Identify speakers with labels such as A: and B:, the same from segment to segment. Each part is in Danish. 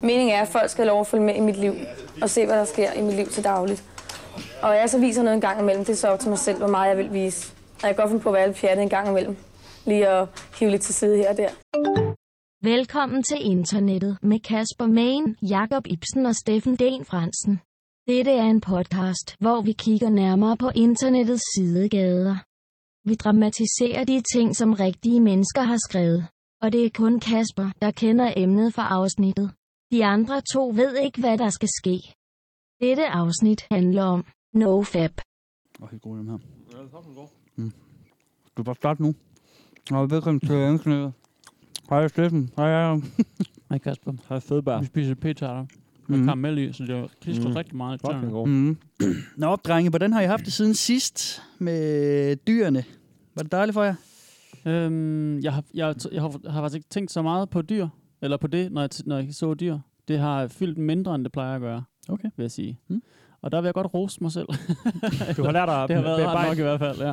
A: Meningen er, at folk skal have lov at følge med i mit liv og se, hvad der sker i mit liv til dagligt. Og jeg så viser noget en gang imellem, det er så op til mig selv, hvor meget jeg vil vise. Og jeg kan godt finde på at være lidt pjattet en gang imellem. Lige at hive lidt til side her og der.
B: Velkommen til internettet med Kasper Main, Jakob Ibsen og Steffen Den Fransen. Dette er en podcast, hvor vi kigger nærmere på internettets sidegader. Vi dramatiserer de ting, som rigtige mennesker har skrevet. Og det er kun Kasper, der kender emnet for afsnittet. De andre to ved ikke, hvad der skal ske. Dette afsnit handler om NoFap.
C: Helt god dem her. Ja, det er god. Du bare starte nu. Og velkommen til internettet. Hej Steffen. Hej Jacob.
D: Hej Kasper.
E: Hej Fødebær.
D: Vi spiser p-tarter med karamel i, så det er klistret rigtig meget.
E: Fucking god.
C: Nå, drenge, hvordan har I haft det siden sidst med dyrene? Var det dejligt for jer?
D: Jeg har faktisk ikke tænkt så meget på dyr, eller på det, når jeg så dyr. Det har fyldt mindre, end det plejer at gøre, vil jeg sige. Og der vil jeg godt rose mig selv.
E: Du har lært at
D: det har været ret nok i hvert fald, ja.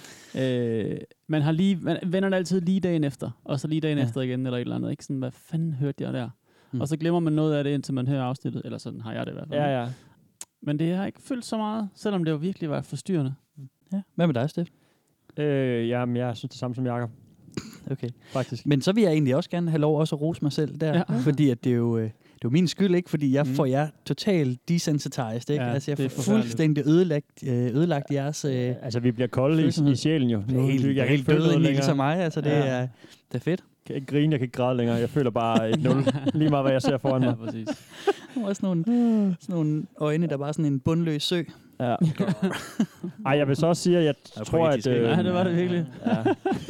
D: Man vender det altid lige dagen efter, og så lige dagen efter igen, eller et eller andet. Ikke? Sådan, hvad fanden hørte jeg der? Og så glemmer man noget af det, indtil man hører afsnittet, eller sådan har jeg det i hvert fald.
E: Ja.
D: Men det har ikke fyldt så meget, selvom det jo virkelig var forstyrrende.
C: Ja. Hvad med dig, Steffen?
E: Jamen, jeg synes det samme som Jakob.
C: Okay.
E: Faktisk.
C: Men så vil jeg egentlig også gerne have lov også at rose mig selv der, fordi at det er jo min skyld, ikke? Fordi jeg får jer totalt desensitized, ikke?
E: Ja,
C: altså, jeg får fuldstændig ødelagt jeres...
E: altså, vi bliver kolde i sjælen jo.
C: Det er helt døde ligesom mig, altså det er fedt.
E: Jeg kan ikke grine, jeg kan ikke græde længere. Jeg føler bare et nul. Lige meget, hvad jeg ser foran mig.
D: Ja, præcis.
C: Der var sådan nogle øjne, der bare sådan en bundløs sø.
E: Ja. Ej, jeg vil så også sige, at jeg tror, at...
D: Ja, det var det virkelig.
E: Ja.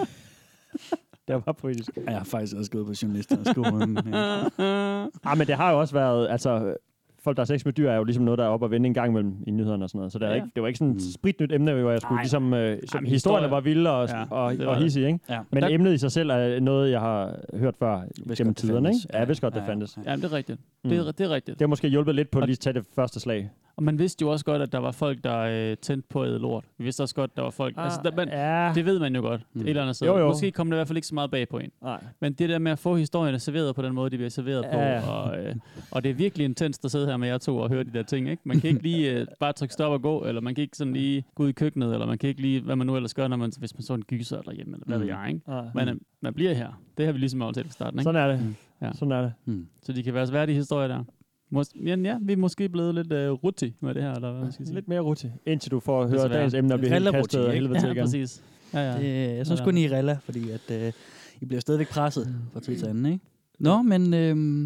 E: Det var poetisk.
C: Jeg har faktisk også gået på journalisterskolen.
E: Men det har jo også været... Altså, folk, der har sex med dyr, er jo ligesom noget, der er op og vende en gang imellem i nyhederne og sådan noget. Så det var ikke sådan et spritnyt emne, hvor jeg skulle ligesom... historierne var vilde og hissige, ikke?
C: Ja.
E: Men emnet i sig selv er noget, jeg har hørt før gennem tiderne, ikke? Ja, jeg vidste godt, det fandtes.
D: Ja, det er rigtigt. Det er rigtigt.
E: Det har måske hjulpet lidt på at lige tage det første slag.
D: Og man vidste jo også godt, at der var folk, der tændte på at æde lort. Vi vidste også godt, at der var folk... det ved man jo godt. Et eller andet sted.
E: Jo.
D: Måske kom det i hvert fald ikke så meget bag på en.
E: Nej.
D: Men det der med at få historierne serveret på den måde, de bliver serveret på. Og det er virkelig intenst at sidde her med jer to og høre de der ting. Ikke? Man kan ikke lige bare trykke stop og gå, eller man kan ikke sådan lige gå ud i køkkenet, eller man kan ikke lige, hvad man nu ellers gør, hvis man så en gyser eller hjemme, eller hvad ved jeg. Ikke? Men man bliver her. Det har vi ligesom aftalt fra starten. Ikke?
E: Sådan er det. Ja. Sådan er det.
D: Så de kan være svære, de historier der. Ja, vi er måske blevet lidt rutti med det her, eller hvad man skal sige.
E: Lidt mere rutti, indtil du får høre dagens emne og bliver helt kastet af helvede til igen.
D: Ja, præcis. Ja.
C: Jeg synes kun, I er rella, fordi at, I bliver stadigvæk presset fra tid til anden, ikke? Nå, men...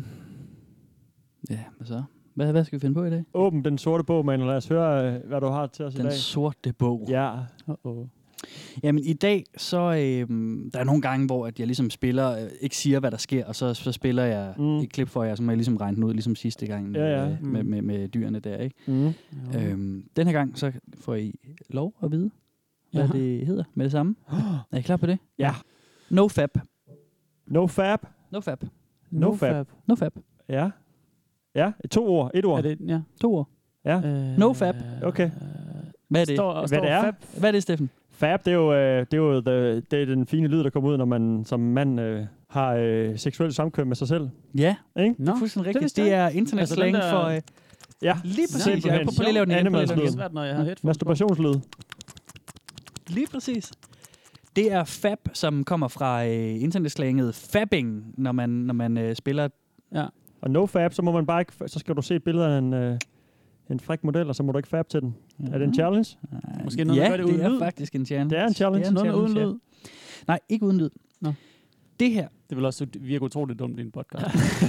C: ja, hvad så? Hvad skal vi finde på i dag?
E: Åbn den sorte bog, man, og lad os høre, hvad du har til os i dag.
C: Den sorte bog?
E: Ja.
C: Jamen i dag, så der er nogle gange, hvor at jeg ligesom spiller, ikke siger, hvad der sker, og så spiller jeg et klip for jer, så må jeg ligesom regne den ud, ligesom sidste gang med dyrene der, ikke? Den her gang, så får I lov at vide, hvad det hedder med det samme. Er I klar på det?
E: Ja.
C: NoFap.
E: NoFap?
C: NoFap.
E: NoFap.
C: NoFap.
E: Ja. Ja, 2 ord. 1 ord.
D: Er det, ja.
C: 2 ord.
E: Ja.
C: NoFap.
E: Okay.
C: Hvad er det?
E: Hvad det er?
C: Hvad er det, Steffen?
E: Fab, det er den fine lyd, der kommer ud, når man som mand har seksuelt samkvem med sig selv.
C: Ja,
E: ikke?
C: Det er fuldstændig rigtigt. Det er internetslang for...
E: ja,
C: lige præcis. Jeg prøver lige at lave den igen.
D: Det er svært, når jeg har headphones.
E: Masturbationslyd.
C: Lige præcis. Det er fab, som kommer fra internetslanget fabbing, når man spiller.
E: Ja. Og NoFap, så må man bare ikke, så skal du se et billede af en fræk model, og så må du ikke fab til den. Er det en challenge?
D: Måske noget, der gør det uden lyd?
C: Det er faktisk en challenge.
E: Det er en challenge.
D: Det er noget uden lyd?
C: Nej, ikke uden lyd.
D: Nå.
C: Det her.
D: Det vil også virke utroligt dumt i en podcast.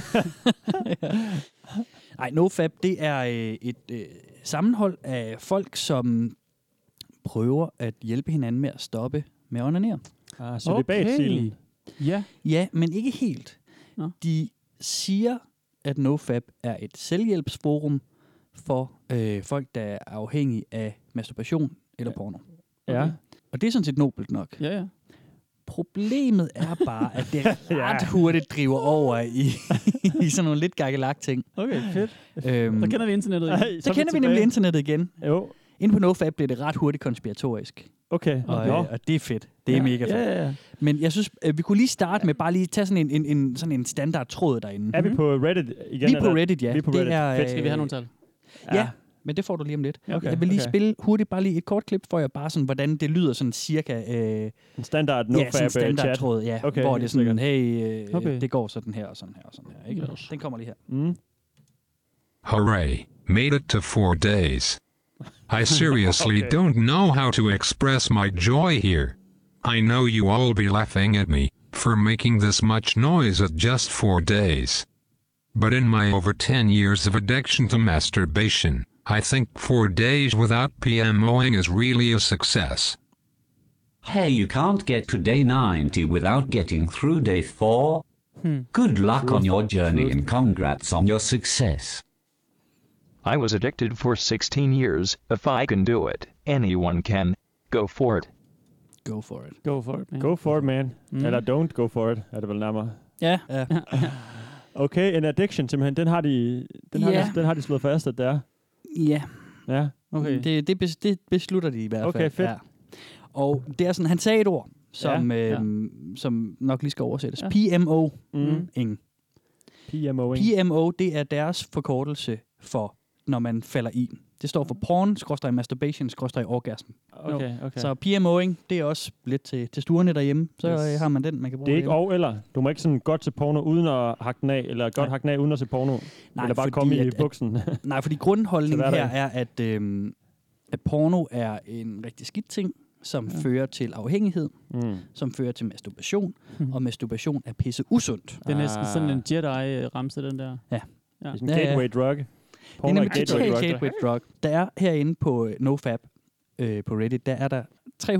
C: Nej, NoFap, det er et sammenhold af folk, som prøver at hjælpe hinanden med at stoppe med at onanere.
E: Så det er bagstilen.
D: Ja.
C: Ja, men ikke helt.
D: Nå.
C: De siger, at NoFap er et selvhjælpsforum for folk, der er afhængige af masturbation eller porno.
E: Okay. Ja.
C: Og det er sådan set nobelt nok.
D: Ja.
C: Problemet er bare, at det ret hurtigt driver over i sådan nogle lidt gakkelagt ting.
D: Okay, fedt. Så kender vi internettet igen.
C: Så kender vi nemlig internettet igen.
E: Jo.
C: Inde på NoFap bliver det ret hurtigt konspiratorisk.
E: Okay.
C: Og det er fedt. Det er mega fedt.
E: Ja.
C: Men jeg synes, vi kunne lige starte med bare lige tage sådan en standard tråd derinde.
E: Er vi på Reddit igen?
C: Vi er på Reddit, ja.
E: Vi er på Reddit.
D: Fedt, skal vi have nogle tal?
C: Ja, men det får du lige om lidt.
E: Okay.
C: Jeg vil lige spille hurtigt bare lige et kort klip for jer, bare sådan, hvordan det lyder sådan cirka...
E: en standard NoFap
C: standard tråd, ja.
E: Okay,
C: hvor det er sådan, hey, det går sådan her og sådan her og sådan her. Ikke?
D: Yes.
C: Den kommer lige her.
F: Hooray, made it to 4 days. I seriously don't know how to express my joy here. I know you all be laughing at me for making this much noise at just 4 days. But in my over 10 years of addiction to masturbation, I think 4 days without PMOing is really a success.
G: Hey, you can't get to day 90 without getting through day 4. Good luck on your journey and congrats on your success.
H: I was addicted for 16 years. If I can do it, anyone can. Go for it.
C: Go for it.
D: Go for it, man.
E: Go for it, man. Eller don't go for it, er det vel nærmere.
C: Ja.
E: Okay, en addiction simpelthen, den har de slået fast, at det er.
C: Ja.
D: Okay.
C: Det beslutter de i hvert fald.
E: Okay, fedt.
C: Ja. Og det er sådan, han sagde et ord, som nok lige skal oversættes. PMO. PMO, det er deres forkortelse for, når man falder i. Det står for porn, masturbation, orgasm.
E: Okay.
C: Så PMOing, det er også lidt til stuerne derhjemme. Så har man den, man kan bruge.
E: Det er ikke eller. Du må ikke sådan godt se porno uden at hakke den af, eller godt hakke den af uden at se porno. Nej, eller bare komme i buksen.
C: Nej, fordi grundholdningen her er, at porno er en rigtig skidt ting, som fører til afhængighed, som fører til masturbation, og masturbation er pisse usundt.
D: Det er næsten sådan en Jedi-ramse, den der.
C: Ja.
E: Det er en gateway drug.
C: Det er nemlig total gateway drug. Der er herinde på NoFap, på Reddit, der er der 315.579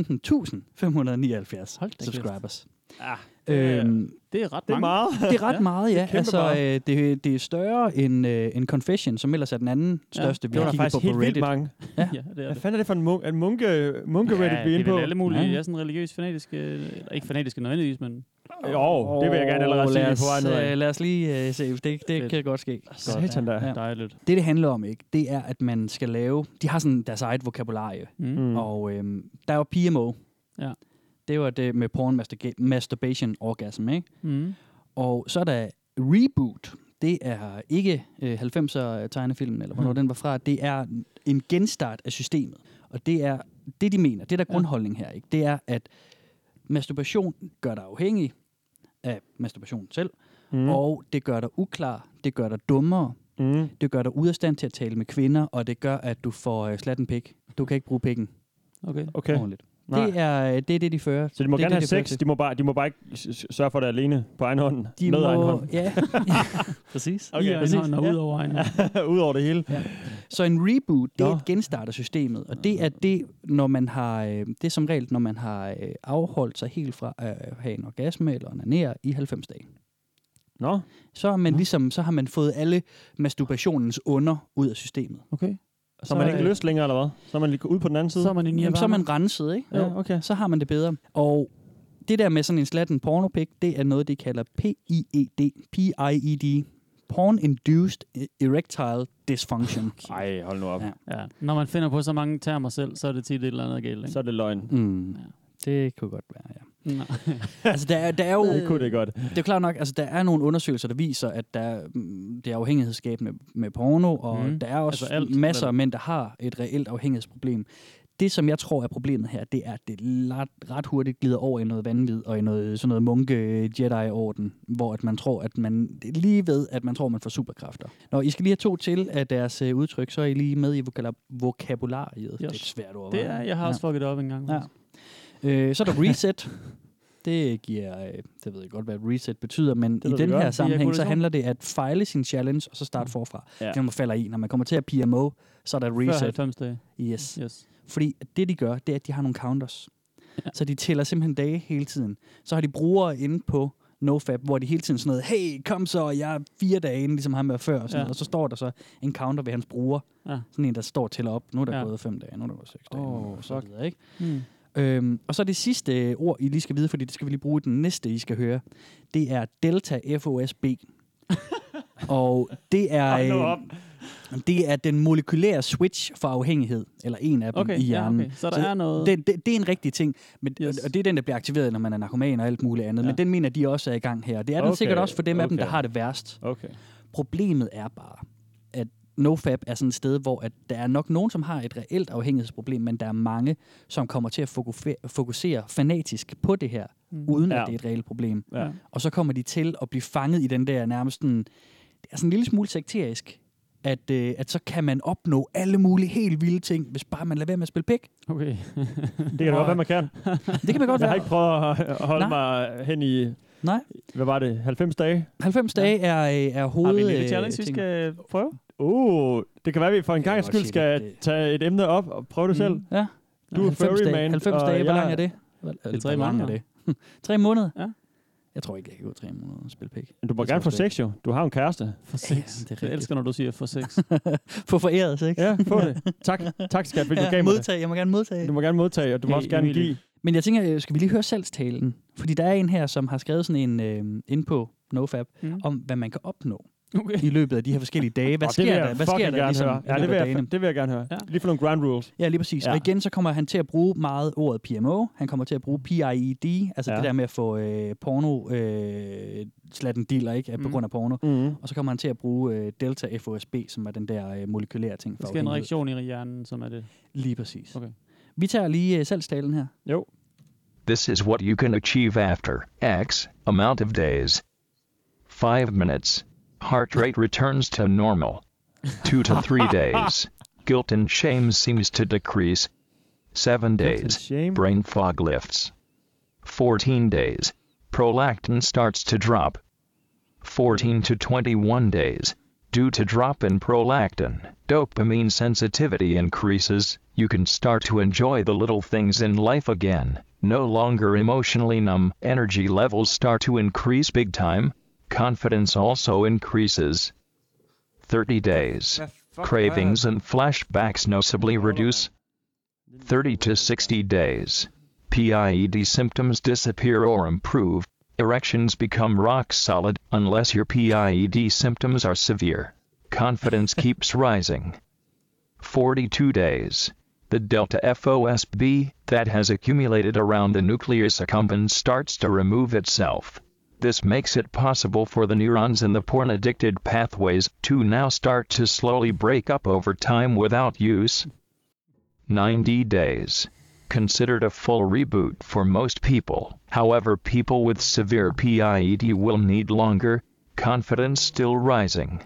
C: subscribers.
D: Det er ret mange.
C: Det er ret meget, ja. Det er større end Confession, som ellers er den anden største, vi har kigget på Reddit.
E: Helt mange.
C: Ja.
E: Hvad fanden er det for en munke-Reddit, vi er inde på?
D: Det er alle mulige. Jeg er sådan religiøs fanatiske, ikke fanatiske nødvendigvis, men...
E: Jo, det vil jeg gerne allerede sige på vej nedad.
C: Lad os lige se, det kan godt ske.
E: Satan da.
D: Dejligt.
C: Det handler om, ikke, det er, at man skal lave... De har sådan deres eget vokabularie. Og der er jo PMO. Ja. Det var det med porn, masturbation, orgasm, ikke? Og så er der reboot. Det er ikke 90'er tegnefilmen, eller hvornår den var fra. Det er en genstart af systemet. Og det er det, de mener. Det der grundholdning her, ikke? Det er, at masturbation gør dig afhængig af masturbation selv, og det gør dig uklar, det gør dig dummere, det gør dig ude af stand til at tale med kvinder, og det gør, at du får slatten pik. Du kan ikke bruge pikken.
E: Okay.
C: Ordentligt. Det er det, de fører.
E: Så de må gerne have sex, de må bare ikke sørge for det alene på egen hånd, med egen hånd.
C: Ja, præcis.
E: Okay,
D: præcis. Ud over egen hånd.
E: Ud over det hele.
C: Ja. Så en reboot, det er et genstart af systemet, og det er det, når man har, det er som regel, når man har afholdt sig helt fra at have en orgasme eller onanere i 90 dage. Så er man ligesom, så har man fået alle masturbationens onder ud af systemet.
E: Okay. Så er man ikke lyst længere, eller hvad? Så er man lige ude på den anden side?
C: Så er man renset, ikke?
E: Ja, okay.
C: Så har man det bedre. Og det der med sådan en slatten pornopik, det er noget, de kalder PIED. Porn-induced erectile dysfunction.
E: Ej, hold nu op.
D: Ja. Når man finder på så mange termer selv, så er det tit et eller andet galt, ikke?
E: Så er det løgn.
C: Det kunne godt være, ja. Altså, der er jo...
E: Det kunne det godt.
C: Det er klart nok, altså, der er nogle undersøgelser, der viser, at det er afhængighedsskabende med porno, og der er også masser af mænd, der har et reelt afhængighedsproblem. Det, som jeg tror er problemet her, det er, at det ret hurtigt glider over i noget vanvid og i noget, sådan noget munke-Jedi-orden, hvor at man tror, at man lige ved, at man tror, man får superkræfter. Når I skal lige have 2 til af deres udtryk, så er I lige med i vokabulariet. Yes. Det er et svært ord.
D: Det er, jeg har også fucket op en gang.
C: Ja. Så er der reset. Det giver, det ved jeg godt, hvad reset betyder, men i den her sammenhæng, så handler det at fejle sin challenge, og så starte forfra. Det når man falder i. Når man kommer til at PMO, så er der reset.
D: 90 dage.
C: Yes. Fordi det, de gør, det er, at de har nogle counters. Ja. Så de tæller simpelthen dage hele tiden. Så har de brugere inde på NoFap, hvor de hele tiden sådan noget, hey, kom så, jeg er 4 dage inde, ligesom ham var før, og, sådan, og så står der så en counter ved hans bruger. Ja. Sådan en, der står og tæller op. Nu er der gået 5 dage, nu er der gået 6 dage. Så videre, ikke? Og så det sidste ord, I lige skal vide, fordi det skal vi lige bruge den næste, I skal høre. Det er Delta FOSB. Og det er... Det er den molekylære switch for afhængighed, eller en af dem i hjernen.
D: Okay. Så der er noget...
C: Det er en rigtig ting, men, og det er den, der bliver aktiveret, når man er narkoman og alt muligt andet. Men den mener de også er i gang her. Det er den sikkert også for dem af dem, der har det værst.
E: Okay.
C: Problemet er bare, at NoFap er sådan et sted, hvor at der er nok nogen, som har et reelt afhængighedsproblem, men der er mange, som kommer til at fokusere fanatisk på det her, uden at det er et reelt problem. Ja. Og så kommer de til at blive fanget i den der nærmest det er sådan en lille smule sekterisk, at så kan man opnå alle mulige helt vilde ting, hvis bare man lader være med at spille pik.
D: Okay.
E: Det kan godt være, man kan.
C: Det kan man godt være.
E: Jeg har ikke prøvet at holde mig hen i...
C: Nej.
E: Hvad var det? 90 dage?
C: 90 dage er hoved...
D: Har vi en lille challenge, vi skal prøve?
E: Det kan være, at vi for en gang skyld skal tage et emne op og prøve det selv.
C: Ja.
E: Du er furry man.
C: 90 dage, hvor lang er det?
D: Det er 3 måneder.
C: 3 måneder?
D: Ja.
C: Jeg tror ikke, jeg kan gå 3 måneder og spille pik.
E: Du må gerne få sex, jo. Du har en kæreste.
D: For sex. Jeg elsker, når du siger for sex.
C: Få foræret sex.
E: Ja, få det. Tak skat, fordi du gav mig
C: det. Jeg må gerne modtage.
E: Du må gerne modtage, og du må også gerne give.
C: Men jeg tænker, skal vi lige høre salgstalen? Fordi der er en her, som har skrevet sådan en inde på NoFap, om hvad man kan opnå i løbet af de her forskellige dage. Hvad sker der ligesom?
E: Ja, det vil jeg gerne høre. Ja. Lige for nogle ground rules.
C: Ja, lige præcis. Ja. Og igen, så kommer han til at bruge meget ordet PMO. Han kommer til at bruge PIED, altså det der med at få porno slatten dealer, ikke? På grund af porno. Og så kommer han til at bruge delta FOSB, som er den der molekylære ting.
D: Der skal en reaktion i hjernen, som er det.
C: Lige præcis.
D: Okay.
C: Vi tager lige salgstalen her.
E: Jo.
H: This is what you can achieve after X amount of days. 5 minutes. Heart rate returns to normal. 2 to 3 days. Guilt and shame seems to decrease. 7 days. Brain fog lifts. 14 days. Prolactin starts to drop. 14 to 21 days. Due to drop in prolactin, dopamine sensitivity increases. You can start to enjoy the little things in life again. No longer emotionally numb. Energy levels start to increase big time. Confidence also increases. 30 days. Cravings and flashbacks noticeably reduce. 30 to 60 days. PIED symptoms disappear or improve. Erections become rock solid unless your PIED symptoms are severe. Confidence keeps rising. 42 days. The delta FOSB that has accumulated around the nucleus accumbens starts to remove itself. This makes it possible for the neurons in the porn-addicted pathways to now start to slowly break up over time without use. 90 days. Considered a full reboot for most people. However, people with severe PIED will need longer. Confidence still rising.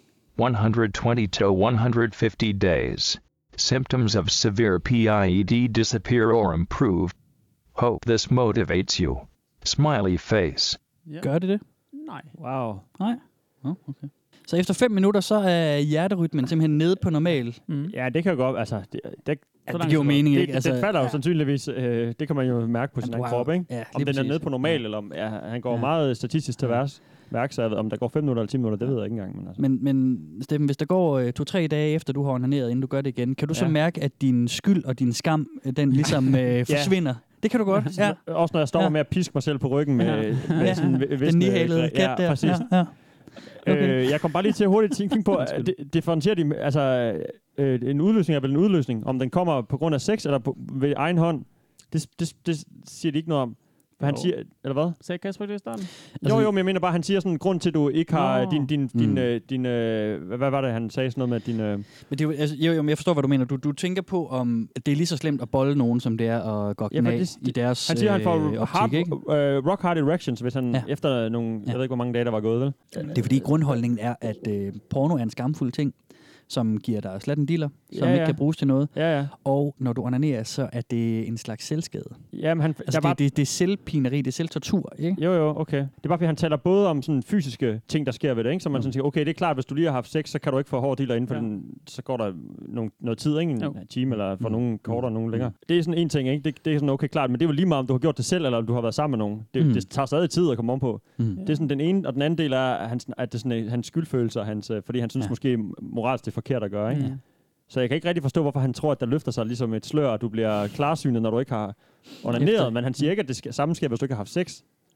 H: 120 to 150 days. Symptoms of severe PIED disappear or improve. Hope this motivates you. Smiley face.
C: Yeah. Gør det?
D: Nej.
E: Wow.
C: Nej? Okay. Så efter 5 minutter, så er hjerterytmen simpelthen nede på normal.
E: Ja, det kan jo godt, altså... Det
C: giver jo mening, ikke?
E: Det falder jo sandsynligvis, det kan man jo mærke på sin egen krop, ikke? Ja, om den er nede på normal, eller om han går meget statistisk til værks, om der går 5 minutter eller 10 minutter, det ved jeg ikke engang. Men, altså.
C: men Steffen, hvis der går 2-3 dage efter, du har onaneret, inden du gør det igen, kan du så mærke, at din skyld og din skam, den ligesom forsvinder? Det kan du godt.
E: Ja. Også når jeg står med at piske mig selv på ryggen med sådan
C: den nihalede kat der.
E: Præcis.
C: Ja. Okay.
E: Jeg kom bare lige til hurtigt tænke på, differentierer de, altså en udløsning er vel en udløsning, om den kommer på grund af sex eller ved egen hånd, det siger de ikke noget om. For han siger, eller hvad?
D: Sagde Kasper det i starten?
E: Jo, men jeg mener bare, han siger sådan en grund til, at du ikke har din hvad var det, han sagde sådan noget med din...
C: Men det er jo, altså, jeg forstår, hvad du mener. Du tænker på, om det er lige så slemt at bolle nogen, som det er at gå knæ i deres
E: han siger, han får
C: optik,
E: rock hard erections, hvis han efter nogle, jeg ved ikke, hvor mange dage, der var gået, vel?
C: Det er fordi grundholdningen er, at porno er en skamfuld ting, som giver dig slatten dealer, som ikke kan bruges til noget.
E: Ja.
C: Og når du onanerer, så er det en slags selvskade.
E: Jamen,
C: det er selvpineri, det er selvtortur, ikke?
E: Jo, okay. Det er bare, fordi han taler både om sådan fysiske ting, der sker ved det, ikke? Så man sådan siger, okay, det er klart, hvis du lige har haft sex, så kan du ikke få hårde dealer inden for så går der noget tid, ikke? En time, eller for nogen kortere, nogen længere. Det er sådan en ting, ikke? Det er sådan, okay, klart, men det er jo lige meget, om du har gjort det selv, eller om du har været sammen med nogen. Det tager stadig tid at komme om på. Det er sådan den ene, og den anden del er, at det er sådan, hans skyldfølelse, fordi han synes måske moralsk det er forkert at gøre, ikke? Så jeg kan ikke rigtig forstå, hvorfor han tror, at der løfter sig ligesom et slør, og du bliver klarsynet, når du ikke har onaneret. Men han siger ikke, at det samme sker, hvis du ikke har haft sex.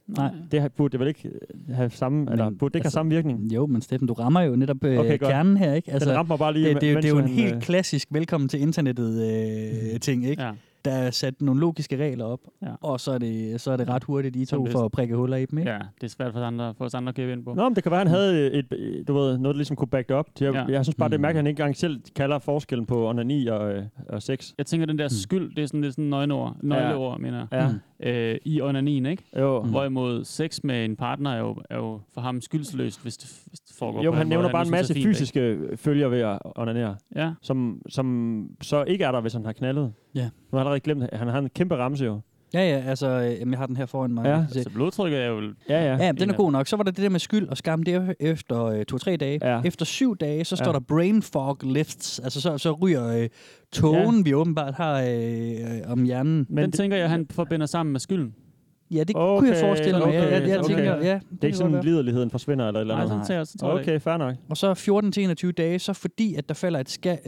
C: Nej.
E: Det burde det vel ikke have samme, eller burde det ikke have samme virkning?
C: Jo, men Steffen, du rammer jo netop kernen her, ikke?
E: Altså, den rammer bare lige.
C: Det er jo en helt klassisk velkommen til internettet ting, ikke? Ja. Der er sat nogle logiske regler op, og så er det ret hurtigt, I to for at prikke huller i dem, ikke?
D: Ja, det er svært for os andre at give ind på.
E: Nå, men det kan være, han havde noget, der ligesom kunne back det op. Jeg synes bare, det er mærkeligt, at han ikke engang selv kalder forskellen på onani og sex.
D: Jeg tænker, den der skyld, det er sådan lidt nøgleord, mener jeg. I onanin, ikke? Jo. Hvorimod sex med en partner er jo for ham skyldsløst, hvis det foregår. Jo,
E: han nævner bare en masse fysiske følger ved at onanere, som så ikke er der, hvis han har knaldet.
C: Ja.
E: Nu har jeg allerede glemt, at han har en kæmpe ramse jo.
C: Ja, altså, jeg har den her foran mig.
D: Ja, så blodtrykket er jo...
C: Ja, den er god nok. Så var der det der med skyld og skam, det er efter 2-3 dage. Ja. Efter 7 dage, så står der brain fog lifts. Altså, så ryger tågen, vi åbenbart har om hjernen.
D: Men den tænker jeg, han forbinder sammen med skylden.
C: Ja, det kunne jeg forestille mig. Jeg tænker, det
E: er ikke sådan, at liderligheden forsvinder eller
D: andet. Nej, sådan tror jeg.
E: Okay, fair nok.
C: Og så 14-21 dage, så fordi at der falder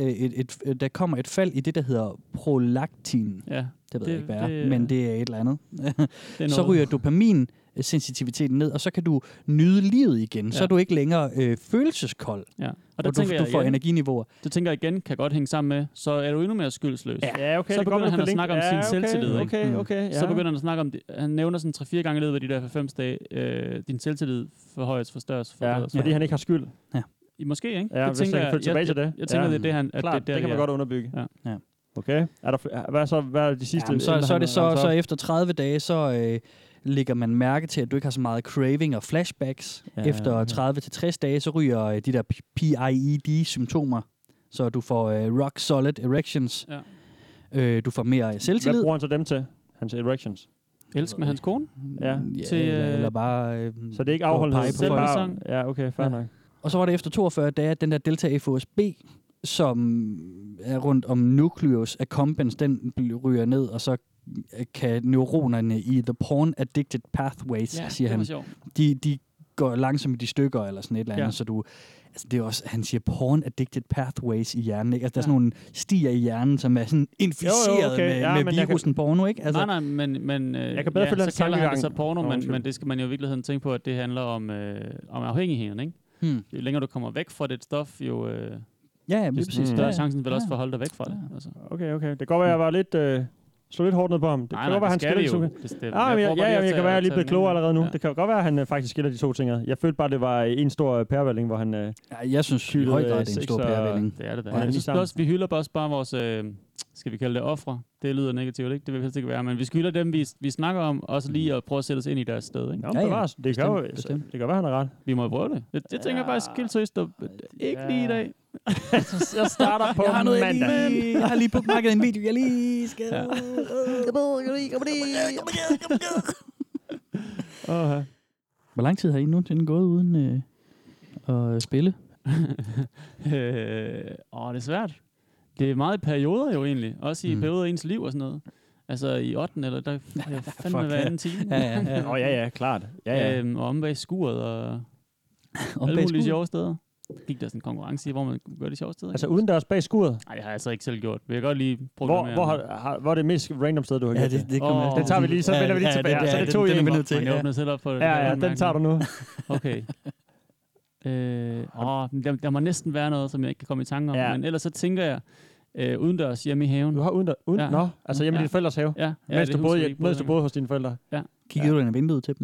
C: der kommer et fald i det, der hedder prolaktin. Ja. Det ved jeg ikke, hvad er, men det er et eller andet. Så ryger dopamin-sensitiviteten ned, og så kan du nyde livet igen. Ja. Så er du ikke længere følelseskold, og der tænker du får energiniveauer.
D: Det tænker jeg igen kan godt hænge sammen med, så er du endnu mere skyldsløs.
E: Ja, okay.
D: Så begynder han at snakke om sin selvtillid.
E: Okay.
D: Så begynder han at snakke om, han nævner sådan 3-4 gange i løbet af de der 5 dage, din selvtillid forhøjes, forstørres.
E: Fordi han ikke har skyld.
D: Ja. Måske, ikke?
E: Ja, hvis jeg kan følge tilbage til det.
D: Jeg tænker, det er det, han...
E: Klart, det kan man godt underbygge. Ja. Okay. Hvad er de sidste...
C: Jamen, så er det så efter 30 dage, så lægger man mærke til, at du ikke har så meget craving og flashbacks. Efter 30-60 dage, så ryger de der PIED-symptomer, så du får rock solid erections. Ja. Du får mere selvtillid.
E: Hvad bruger han så dem til? Hans erections?
D: Elsk med hans kone?
C: Ja. Eller bare...
E: så det er ikke afholdenhed? Ja, okay, fair nok.
C: Og så var det efter 42 dage, at den der delta FOSB, som er rundt om nucleus accumbens, den ryger ned, og så kan neuronerne i the porn addicted pathways, siger han, de går langsomt i stykker eller sådan et eller andet, så du... Altså det er også, han siger porn addicted pathways i hjernen, ikke? Altså der er sådan nogle stier i hjernen, som er sådan inficeret med virusen porno, ikke? Altså,
D: nej, men
E: jeg kan bedre følge hans
D: tankegang. Så kalder han det så porno, men det skal man jo i virkeligheden tænke på, at det handler om afhængigheden, ikke? Jo længere du kommer væk fra det stof, jo...
C: Ja, præcis.
D: Større chancen vil også for at holde dig væk fra det. Altså.
E: Okay. Det kan godt være, at jeg var lidt... slå lidt hårdt ned på ham. Det kan godt være, han skiller de to. Jeg kan være, jeg lige blevet klogere allerede nu. Ja. Det kan godt være, at han faktisk skiller de to ting. Jeg følte bare, det var en stor pærevælling, hvor han...
C: jeg synes i høj grad, det er en stor pærevælling.
D: Det er det da. Jeg synes også, vi hylder bare vores... skal vi kalde det ofre? Det lyder negativt, ikke? Det vil helst ikke være. Men vi skylder dem, vi snakker om, også lige at prøve at sætte os ind i deres sted, ikke?
E: Det kan være, han er ret.
D: Vi må prøve det. Jeg tænker faktisk helt seriøst, ikke lige i dag.
E: Jeg starter på mandag.
C: Jeg har lige bookmarket en video, jeg lige skal... Hvor lang tid har I nogensinde gået uden at spille?
D: Det er svært. Det er meget i perioder jo egentlig. Også i perioder af ens liv og sådan noget. Altså i 8. eller der fandme hver anden time.
E: Ja, klart. Ja.
D: Og om bag skuret og alle mulige sjove steder. Gik der sådan en konkurrence i, hvor man gør de sjove steder?
E: Altså uden deres bag skuret?
D: Nej, det har jeg altså ikke selv gjort. Vil jeg godt lige programmere.
E: Hvor er det mest random sted, du har gjort
C: det?
E: Det tager vi lige, så vender vi lige tilbage. Så er det 2 i 1.
D: Man åbner selv op for det.
E: Ja, den tager du nu.
D: Okay. Der må næsten være noget, som jeg ikke kan komme i tanke om. Ja. Men ellers så tænker jeg, udendørs hjemme i haven.
E: Du har udendørs? Ja. Nå, altså hjemme i din forældres have?
D: Ja.
E: Mens du boede hos dine forældre?
D: Ja.
C: Kiggede du ind i vinduet til dem?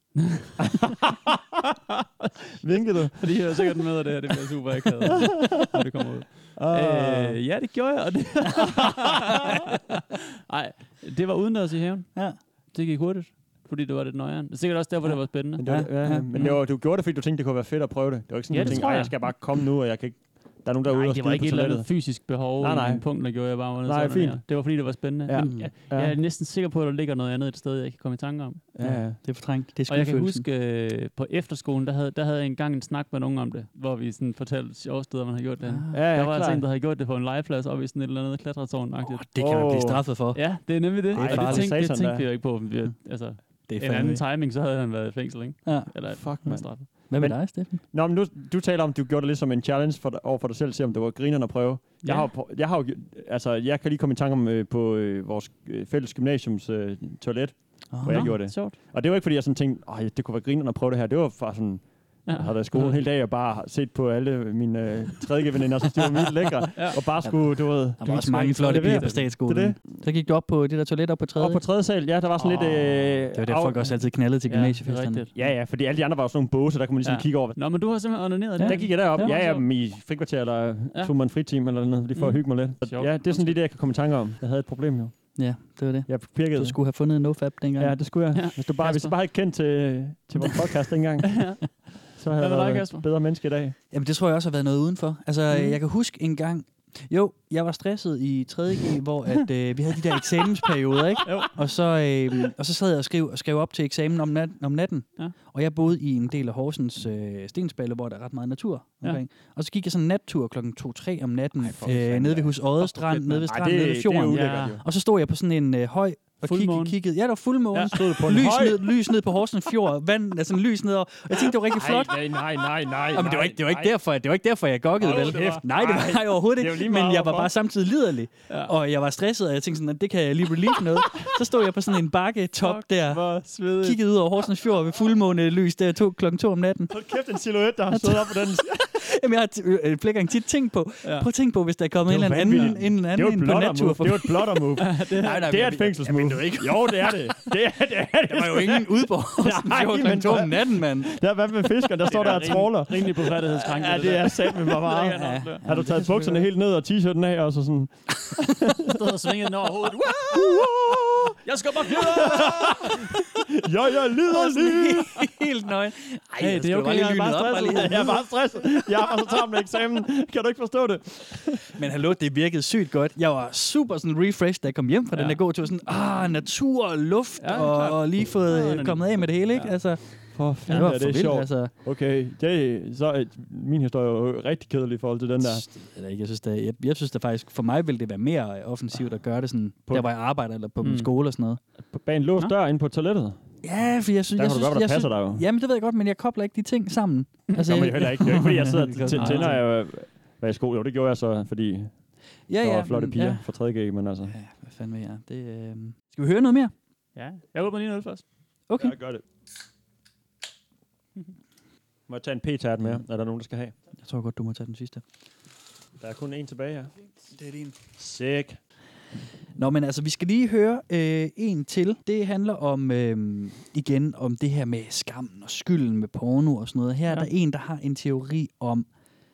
E: Vinkede du?
D: Fordi jeg er sikkert med, at det her det bliver super akavet, når det kommer ud. Ja, det gjorde jeg. Nej, det var udendørs i haven. Ja. Det gik hurtigt, fordi det var lidt nøjeren. Det er sikkert også derfor, det var spændende.
E: Men du gjorde det, fordi du tænkte, det kunne være fedt at prøve det. Det var ikke sådan, at du tænkte, jeg skal bare komme nu, og jeg kan ikke... Der er nogen derude,
D: det var ikke et eller andet fysisk behov i en punkt, der gjorde jeg bare.
E: Nej, fint.
D: Det var fordi, det var spændende. Ja. Jeg er næsten sikker på, at der ligger noget andet et sted, jeg kan komme i tanke om.
C: Ja. Det er fortrængt. Det er
D: og jeg kan huske, på efterskolen, der havde jeg engang en snak med nogen om det, hvor vi sådan fortalte sjove steder, man har gjort det. Der var altså en, der havde gjort det på en legeplads oppe i sådan et eller andet klatretårn.
C: Det kan man blive straffet for.
D: Ja, det er nemlig det.
C: Det
D: tænkte vi jo ikke på. Altså, en anden timing, så havde han været i fængsel, ikke?
C: Ja.
D: Eller
E: fuck, man.
C: Hvad med dig, Steffen?
E: Nå, men du taler om, du gjorde det lidt som en challenge over for dig selv, se om det var grinerne at prøve. Ja. Jeg kan lige komme i tanke om på vores fælles gymnasiums toilet. hvor jeg gjorde det.
D: Sjovt.
E: Og det var ikke, fordi jeg sådan tænkte, det kunne være grinerende at prøve det her. Det var bare sådan, jeg havde været i skole en hel dag, og bare set på alle mine tredje veninder, så de var vildt lækre. Og bare skulle, du ved...
C: Der var også mange flotte piger på statsskolen. Så gik du op på det der toilet op på tredje?
E: Op på tredje sal, ja. Der var sådan lidt...
C: det var der, folk også altid knaldede til gymnasiefesterne.
E: Ja, fordi alle de andre var jo sådan nogle båse, der kunne man ligesom kigge over.
D: Nå, men du har simpelthen onaneret det.
E: Der gik jeg derop. I frikvarter, eller tog man en fritime, eller noget, lige for at hygge mig lidt. Ja, det er sådan lige det, jeg kan komme i tanke om. Jeg havde et problem jo.
C: Ja, det var det.
E: Jeg pirkede.
C: Du skulle have fundet en nofap dengang.
E: Ja, det skulle jeg. Hvis du bare ikke kendt til vores podcast dengang. Så havde jeg været bedre menneske i dag.
C: Jamen, det tror jeg også har været noget udenfor. Altså, jeg kan huske en gang... Jo, jeg var stresset i 3.G, hvor at, vi havde de der eksamensperioder, ikke? Og så sad jeg og skrev op til eksamen om natten. Ja. Og jeg boede i en del af Horsens Stensballe, hvor der er ret meget natur omkring. Ja. Og så gik jeg sådan en nattur klokken 2-3 om natten, nede ved Hus Oddestrand, nede ved stranden, nede ved fjorden. Og så stod jeg på sådan en høj og kiggede. Ja, der var fuldmåne. Ja, stod på lys ned på Horsens Fjord. Vand, altså lys ned. Og jeg tænkte, det var rigtig flot.
E: Nej.
C: Men det var ikke derfor, jeg gokkede, vel? Nej, det var jeg overhovedet ikke. Men jeg var bare samtidig liderlig. Ja. Og jeg var stresset, og jeg tænkte sådan, at det kan jeg lige relieve noget. Så stod jeg på sådan en bakketop der. Kiggede ud over Horsens Fjord ved fuldmåne lys der klokken 2 om natten.
E: Hold kæft, en silhuet, der har stået op på den.
C: Jamen, jeg har flere gange tit tænkt på. Prøv at tænke på, hvis der er kommet en eller anden på nattur.
E: Det var et blotter move. Det er et fængselsmove. Jo, det er det.
C: Der var jo ingen ude på klokken 2 om natten, mand.
E: Der hvad med fiskeren, der står der og trawler.
D: Rimelig blufærdighedskrænket.
E: Ja, det er satme bare meget. Har du taget bukserne helt ned og t-shirten af, og så sådan...
D: Stod og svingede den over hovedet. Jeg skal bare flyde!
E: Jeg lider lige!
C: Helt nøgen.
D: Ej, det er okay, jeg
E: er bare stresset. Jeg er bare så travlt med eksamen. Kan du ikke forstå det?
C: Men hallo, det virkede sygt godt. Jeg var super sådan refreshed, da jeg kom hjem fra den der gåtur. Sådan, natur og luft, og lige fået kommet af med det hele, ikke? Altså,
E: for fanden, det er sjovt. Altså. Okay, så min historie er jo rigtig kedelig i forhold til den der.
C: Jeg synes da faktisk, for mig ville det være mere offensivt at gøre det sådan, der hvor jeg arbejder, eller på min skole og sådan noget.
E: Bag en låst dør ind på toilettet?
C: Ja, for jeg synes...
E: Der kan du godt, der passer dig jo.
C: Jamen, det ved jeg godt, men jeg kobler ikke de ting sammen.
E: Altså, det gør man heller ikke. Det er ikke, fordi jeg sidder og tænder jeg var i skole. Jo, det gjorde jeg så, fordi der var flotte piger fra 3.G, men altså... Ja,
C: hvad fanden vil jeg? Skal vi høre noget mere?
D: Ja, jeg åbner lige noget først.
C: Okay.
E: Ja, gør det. Må jeg tage en p-tært med? Er der nogen, der skal have?
C: Jeg tror godt, du må tage den sidste.
E: Der er kun en tilbage her.
C: Det er din.
E: Sick.
C: Nå, men altså, vi skal lige høre en til. Det handler om, igen, om det her med skammen og skylden med porno og sådan noget. Her er der en, der har en teori om,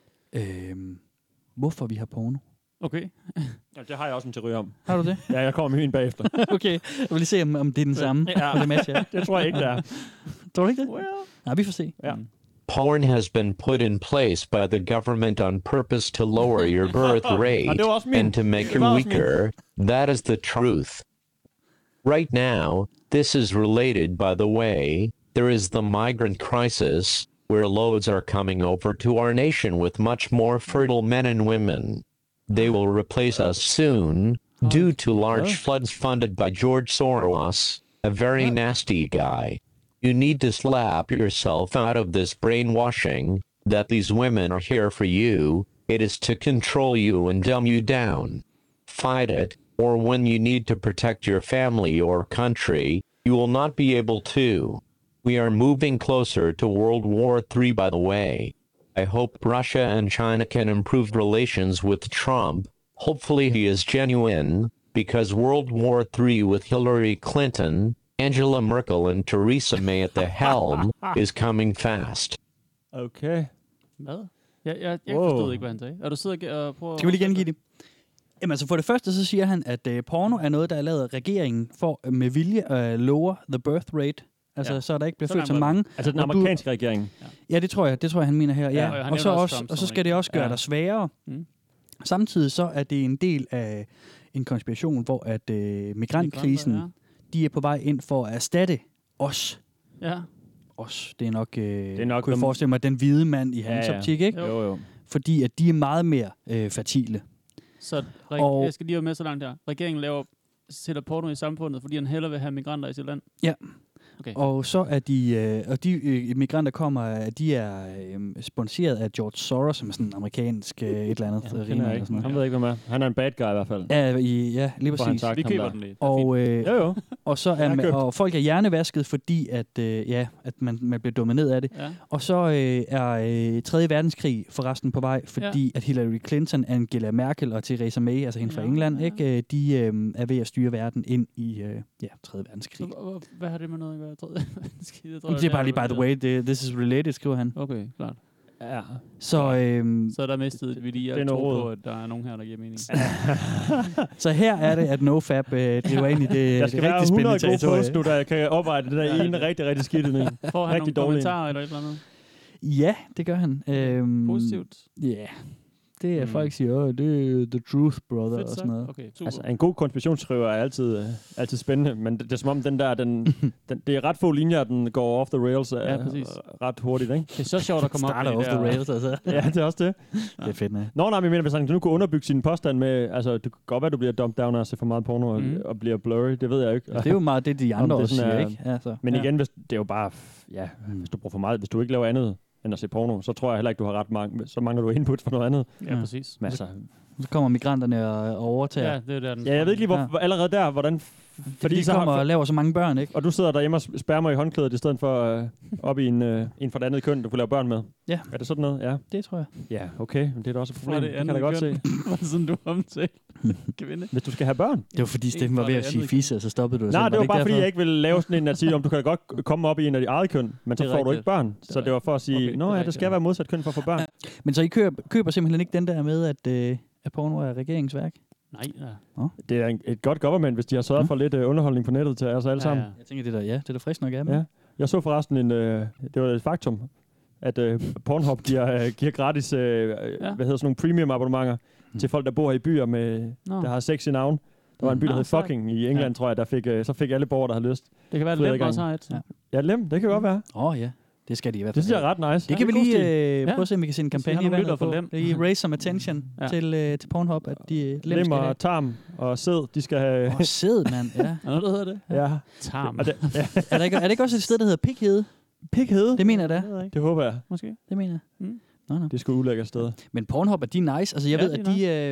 C: hvorfor vi har porno.
D: Okay.
E: Ja, det har jeg også en teori om.
C: Har du det?
E: Ja, jeg kommer med min bagefter.
C: Okay, jeg vil lige se, om det er den samme.
E: Ja, det matcher. Det tror jeg ikke, det er.
C: Tror du ikke det? Nej, vi får se.
E: Ja.
I: Porn has been put in place by the government on purpose to lower your birth rate and to make you weaker. That is the truth. Right now, this is related, by the way. There is the migrant crisis, where loads are coming over to our nation with much more fertile men and women. They will replace us soon, due to large floods funded by George Soros, a very nasty guy. You need to slap yourself out of this brainwashing, that these women are here for you. It is to control you and dumb you down. Fight it, or when you need to protect your family or country, you will not be able to. We are moving closer to World War III, by the way. I hope Russia and China can improve relations with Trump. Hopefully he is genuine, because World War III with Hillary Clinton, Angela Merkel and Theresa May at the helm is coming fast.
E: Okay.
D: Hvad? Jeg forstod ikke, hvad han sagde. Er du sidder og prøver...
C: Skal vi lige gengive det? Jamen altså for det første, så siger han, at porno er noget, der er lavet af regeringen for med vilje at lower the birth rate. Altså så der ikke bliver født så mange.
E: Altså den amerikanske regering?
C: Ja, det tror jeg, han mener her. Ja. Og så skal det også gøre dig sværere. Samtidig så er det en del af en konspiration, hvor at migrantkrisen... De er på vej ind for at erstatte os.
D: Ja.
C: Os. Det er nok kunne jeg forestille mig, den hvide mand i hans optik, ikke?
E: Jo.
C: Fordi at de er meget mere fertile.
D: Så jeg skal lige være med så langt her. Regeringen sætter porno i samfundet, fordi han hellere vil have migranter i sit land.
C: Ja.
D: Okay.
C: Og så er de migranter kommer, de er sponsoreret af George Soros, som er sådan en amerikansk et eller andet.
E: Han ved ikke, hvad han er en bad guy i hvert fald.
C: Ja, lige præcis.
D: Vi køber den lidt.
C: Og så er folk er hjernevasket, fordi at man bliver dummet ned af det. Ja. Og så er 3. verdenskrig forresten på vej, fordi at Hillary Clinton, Angela Merkel og Theresa May, altså hende fra England, ikke, de er ved at styre verden ind i 3. verdenskrig.
D: Så, hvad har det med noget at gøre? 3. verdenskrig?
C: Det er bare lige, by the way, this is related, skriver han.
D: Okay, klart.
E: Ja.
C: Så
D: er der mistet vi lige at tro på, at der er nogen her, der giver mening.
C: Så her er det, at NoFap driver ind i det rigtig spændende territorium. Der skal være 100 gode posts nu, der kan opveje det der ene rigtig, rigtig skidte med.
D: Får han nogle kommentarer eller et eller andet?
C: Ja, det gør han.
D: Positivt?
C: Ja. Det er folk siger, det er the truth, brother, og sådan noget.
D: Okay,
E: altså, en god konspirationsskriver er altid spændende, men det er som om den det er ret få linjer, den går off the rails ret hurtigt, ikke?
D: Det er så sjovt at komme op med
C: off the rails, altså.
E: Ja, det er også det.
C: Det er fedt,
E: Nå, nej, men jeg mener, hvis han nu kunne underbygge sin påstand med, altså, det kan godt være, du bliver dumped down og ser for meget porno og bliver blurry, det ved jeg ikke.
C: Ja, det er jo meget det, de andre også siger, ikke? Altså,
E: men igen, det er jo bare, hvis du bruger for meget, hvis du ikke laver andet end at se porno, så tror jeg heller ikke, du har ret mange. Så mangler du input for noget andet.
D: Ja, præcis.
C: Men altså, så kommer migranterne og overtager.
D: Ja, det er der, den
E: jeg ved ikke lige, allerede der, hvordan...
C: Fordi de kommer og laver så mange børn, ikke?
E: Og du sidder derhjemme og spærmer i håndklædet, i stedet for op i en fra det andet køn, du kunne lave børn med.
C: Ja.
E: Er det sådan noget? Ja.
C: Det tror jeg.
E: Ja, okay. Men det er da også et problem. Det kan jeg godt se.
D: Sådan du omtaler. Kvinde.
E: Hvis du skal have børn.
C: Det var fordi Steffen var ved at sige fisse, så stoppede du.
E: Nej, det var bare fordi, jeg ikke ville lave sådan en at sige, om du kan godt komme op i en af de eget køn, men så får du ikke børn. Så det var for at sige, det skal være modsat køn for at få børn.
C: Men så I køber simpelthen ikke den der med, at porno er regeringsværk?
D: Nej,
E: Det er et godt government, hvis de har sørget for lidt underholdning på nettet til os alle sammen.
C: Jeg tænker, det er da frisk nok af dem.
E: Ja. Jeg så forresten det var et faktum, at Pornhub giver gratis, sådan nogle premium abonnementer til folk, der bor i byer der har sex i navn. Der var en by, der hed Fucking i England, tror jeg, så fik alle borgere, der havde lyst.
D: Det kan være, at Lem også har et.
E: Ja, Lem, det kan godt være.
C: Ja. Det skal de i hvert fald.
E: Det synes jeg er ret nice.
C: Det kan vi lige prøve at se, om vi kan se en kampagne i vandet på.
D: I
C: raise some attention til Pornhub, at de
E: Lem og tarm og sæd, de skal have...
C: sæd, mand, ja.
D: Er noget, der hedder det?
E: Ja.
D: Tarm.
C: Er det ikke også et sted, der hedder Pighede?
E: Pighede?
C: Det mener jeg da.
E: Det håber jeg.
D: Måske.
C: Det mener jeg.
E: No. Det skulle ulækkert sted.
C: Men Pornhub er de nice. Altså jeg ved, at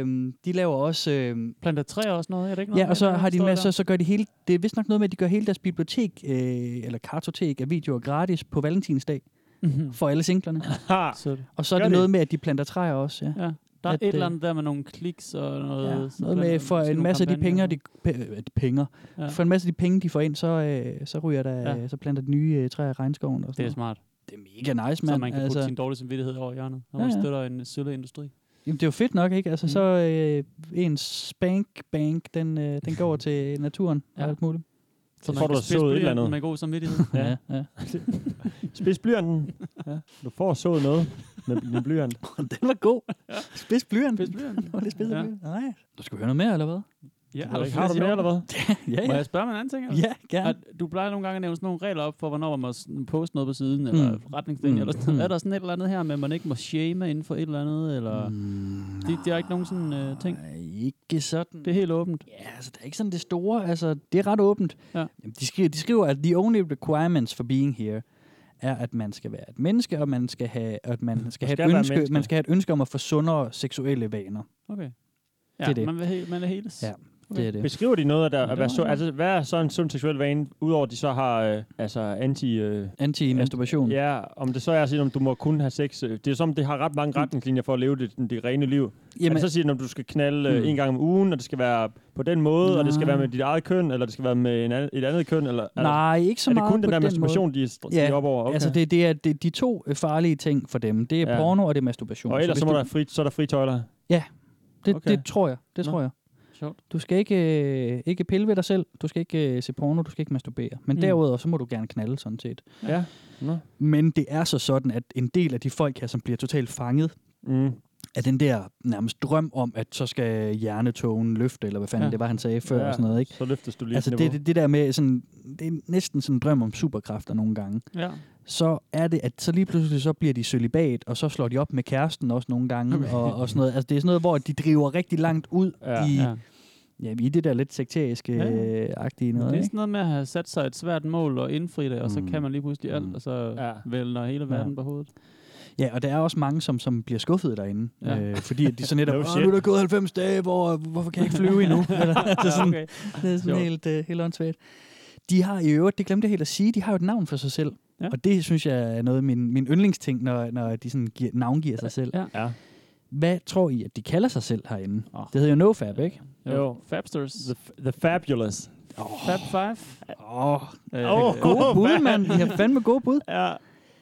C: de laver også...
D: planter træer og sådan noget, er det ikke noget?
C: Ja, og så har de med, så gør de hele... Det er vist nok noget med, at de gør hele deres bibliotek, eller kartotek af videoer gratis på Valentinsdag. For alle singlerne. Og så er det noget med, at de planter træer også, ja.
D: Der er et eller andet der med nogle kliks og noget...
C: Ja, noget med, for en masse af de penge, for en masse af de penge, de får ind, så ryger der, så planter de nye træer i regnskoven. Og
D: det er smart.
C: Det er mega nice, mand.
D: Så man kan putte sin dårlige samvittighed over hjørnet, når man støtter en sølle industri.
C: Jamen, det er jo fedt nok, ikke? Altså, så ens spank-bank, den går til naturen og alt muligt.
E: Så får du sået et eller andet.
D: Med god samvittighed.
C: Ja.
E: Spids blyanten. Ja. Du får sået noget med blyant.
C: Den var god. Spids blyanten.
D: Ja.
C: Nej. Du skal høre noget mere, eller hvad?
D: Ja,
E: har du mere, eller hvad?
C: Ja.
D: Må jeg spørge mig en anden ting? Eller?
C: Ja, gerne.
D: Du plejer nogle gange at nævne sådan nogle regler op for, hvornår man må poste noget på siden, eller retningslinjer, eller sådan noget. Er der sådan et eller andet her med, at man ikke må shame inden for et eller andet, eller... Det er ikke nogen sådan ting?
C: Ikke sådan.
D: Det er helt åbent?
C: Ja, altså, det er ikke sådan det store. Altså, det er ret åbent.
D: Ja.
C: De skriver, at the only requirements for being here er, at man skal være et menneske, og man skal have et ønske om at få sundere seksuelle vaner.
D: Okay.
C: Ja, det er det.
D: Man er helt...
C: Ja. Det er det.
E: Beskriver de noget af hvad er så en sund seksuel vane, udover at de så har
C: anti-masturbation?
E: Ja, om det så er at sige, om du må kun have sex. Det er som, det har ret mange retningslinjer for at leve det rene liv. Jamen, så siger de, om du skal knalde en gang om ugen, og det skal være på den måde, og det skal være med dit eget køn, eller det skal være med et andet køn? Eller,
C: nej, ikke så meget.
E: Er det kun den der masturbation, de er op over? Okay.
C: Altså det er de to farlige ting for dem. Det er porno, og det er masturbation.
E: Og ellers så er der fri tøjler?
C: Ja, det tror jeg. Det tror jeg. Du skal ikke pille ved dig selv, du skal ikke se porno, du skal ikke masturbere. Men derudover, så må du gerne knalde sådan set.
E: Ja.
C: Men det er så sådan, at en del af de folk her, som bliver totalt fanget af den der nærmest drøm om, at så skal hjernetogen løfte, eller hvad fanden det var, han sagde før og sådan noget, ikke?
E: Så løftes du lige
C: altså det der med sådan, det er næsten sådan en drøm om superkræfter nogle gange.
D: Ja.
C: Så er det, at så lige pludselig så bliver de cølibat, og så slår de op med kæresten også nogle gange, og sådan noget. Altså det er sådan noget, hvor de driver rigtig langt ud Ja, i det der lidt sekteriske-agtige noget,
D: det er
C: ikke?
D: sådan noget med at have sat sig et svært mål og indfri det, og så kan man lige pludselig alt, og så vælter hele verden på hovedet.
C: Ja, og der er også mange, som bliver skuffet derinde, fordi at de så netop, nu er der gået 90 dage, hvorfor kan jeg ikke flyve endnu? Eller, sådan, det er sådan helt åndssvagt. De har i øvrigt, det glemte jeg helt at sige, de har jo et navn for sig selv. Ja. Og det synes jeg er noget af min yndlingsting, når de sådan navngiver sig selv. Ja. Hvad tror I, at de kalder sig selv herinde? Det hedder jo NoFap, ikke?
D: Jo, Fabsters.
E: The Fabulous.
D: Fab 5.
C: Gode bud, mand. I har fandme gode bud.
E: Ja.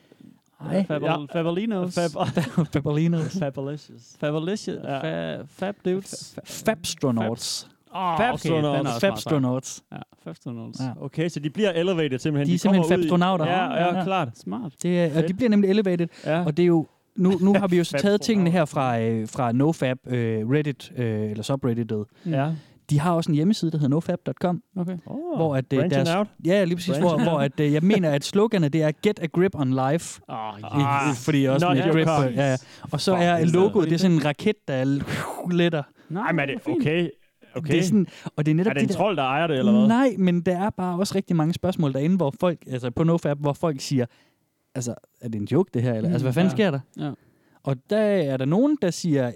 D: Fabalinos.
C: Fabalinos.
E: Fabulous.
D: Fabulous. Fab dudes.
C: Fabstronauts.
E: Fabstronauts.
D: Ja, Fabstronauts.
C: Ja.
E: Okay, så de bliver elevated simpelthen.
C: De er simpelthen fabstronauter.
E: Ja, klart.
D: Smart.
C: Og de bliver nemlig elevated. Ja. Og det er jo nu har vi jo så taget tingene her fra NoFap Reddit eller subredditet.
E: Ja.
C: De har også en hjemmeside, der hedder nofap.com.
D: Okay.
C: Hvor at
E: branching out.
C: Ja, lige præcis. Hvor at jeg mener, at sloganet det er Get a grip on life. Fordi også med grip. Ja. Og så er logoet, det er sådan en raket, der letter.
E: Nej, men er det okay?
C: Det er sådan, og det er netop
E: er det en trold, der ejer det, eller hvad?
C: Nej, men der er bare også rigtig mange spørgsmål derinde, hvor folk, altså på NoFap, hvor folk siger, altså, er det en joke, det her? Eller, altså, hvad fanden sker der? Ja. Og der er der nogen, der siger,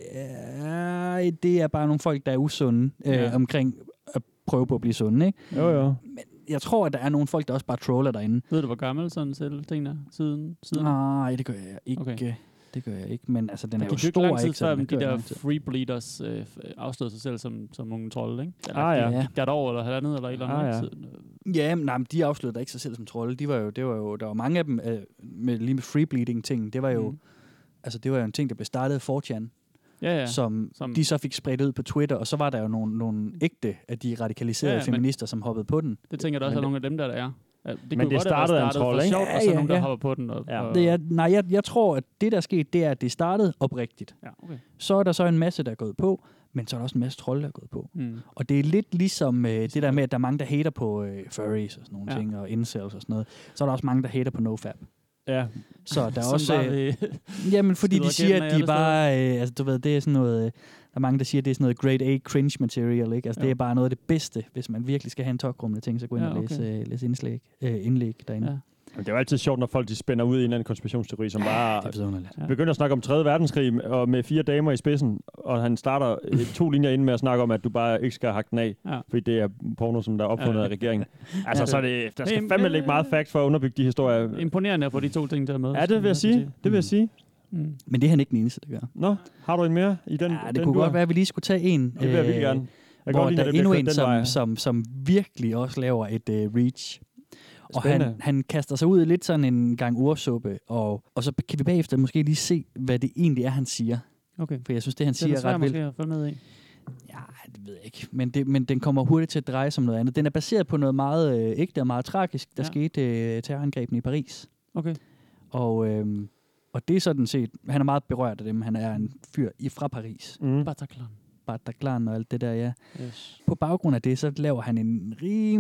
C: det er bare nogle folk, der er usunde omkring at prøve på at blive sunde, ikke?
E: Jo.
C: Men jeg tror, at der er nogle folk, der også bare troller derinde.
D: Ved du, hvor gammel sådan selv ting der siden?
C: Nej, det gør jeg ikke. Okay. Det gør jeg ikke, men altså, den er jo stor.
D: Det gik lang tid før, de der freebleeders afstod sig selv som nogle trolde, ikke? Gik der et år eller halvandet eller et eller andet tid?
C: Ja, men nej, de afslørede ikke sig selv som trolde. Der var mange af dem lige med freebleeding-ting. Det var jo altså, det var jo en ting, der blev startet af 4chan. Som de så fik spredt ud på Twitter, og så var der jo nogle ægte af de radikaliserede feminister, som hoppede på den.
D: Det tænker jeg da også er nogle af dem, der er.
E: Ja, men det startede af en trold, ikke?
D: Og så nogen, der hopper på den.
C: Jeg tror, at det, der skete, det er, at det startede oprigtigt.
D: Ja, okay.
C: Så er der så en masse, der er gået på, men så er der også en masse trolde, der er gået på. Og det er lidt ligesom det der med, at der er mange, der hater på furries og sådan nogle ting, og incels og sådan noget. Så er der også mange, der hater på NoFap.
E: Ja.
C: Så der er også... jamen, fordi de siger, at de bare... altså, du ved, det er sådan noget... Der er mange, der siger, at det er sådan noget grade A cringe material, ikke? Altså, det er bare noget af det bedste, hvis man virkelig skal have en talkrummende ting, så gå ind og læse indlæg derinde. Ja.
E: Det er jo altid sjovt, når folk de spænder ud i en eller anden konspirationsteori, som bare
C: det
E: begynder at snakke om 3. verdenskrig og med 4 damer i spidsen, og han starter 2 linjer ind med at snakke om, at du bare ikke skal hakke den af, fordi det er porno, som der er opfundet af regeringen. Altså, så er det, der skal fandme ikke meget facts for at underbygge de historier.
D: Imponerende at få de 2 ting der med.
E: Ja, det vil jeg sige. Det vil jeg sige.
C: Men det er han ikke den eneste, der gør.
E: Nå, har du en mere i den?
C: Ja, det kunne godt være, at vi lige skulle tage en.
E: Det vil jeg virkelig gerne.
C: Hvor der er endnu en, som virkelig også laver et reach. Og han kaster sig ud i lidt sådan en gang ursuppe, og så kan vi bagefter måske lige se, hvad det egentlig er, han siger.
D: Okay.
C: For jeg synes, det han siger er ret vildt.
D: Det er måske med i.
C: Ja, det ved jeg ikke. Men den kommer hurtigt til at dreje som noget andet. Den er baseret på noget meget ægte og meget tragisk, der skete terrorangrebene i Paris.
D: Okay.
C: Og det er sådan set, han er meget berørt af dem. Han er en fyr fra Paris. Bataclan og alt det der, ja. Yes. På baggrund af det, så laver han en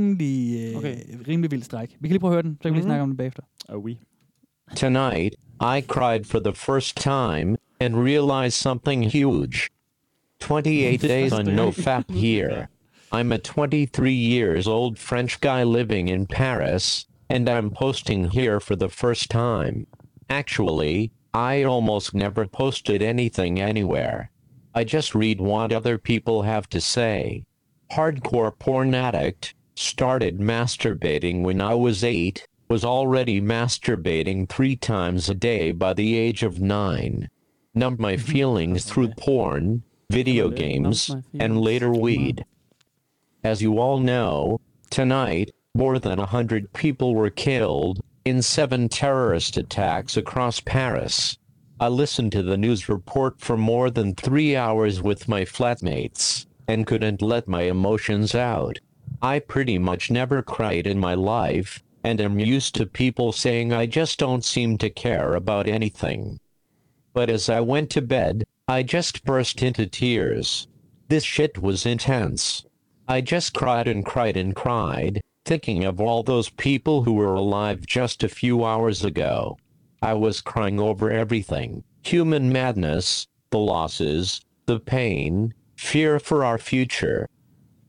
C: rimelig vild stræk. Vi kan lige prøve at høre den, så kan vi lige snakke om det bagefter.
E: Oui.
I: Tonight, I cried for the first time and realized something huge. 28 days on NoFap here. I'm a 23 years old French guy living in Paris, and I'm posting here for the first time. Actually, I almost never posted anything anywhere. I just read what other people have to say. Hardcore porn addict, started masturbating when I was 8, was already masturbating 3 times a day by the age of 9. Numbed my feelings through porn, video games, and later weed. As you all know, tonight, more than 100 people were killed in 7 terrorist attacks across Paris. I listened to the news report for more than 3 hours with my flatmates, and couldn't let my emotions out. I pretty much never cried in my life, and am used to people saying I just don't seem to care about anything. But as I went to bed, I just burst into tears. This shit was intense. I just cried and cried and cried, thinking of all those people who were alive just a few hours ago. I was crying over everything. Human madness, the losses, the pain, fear for our future.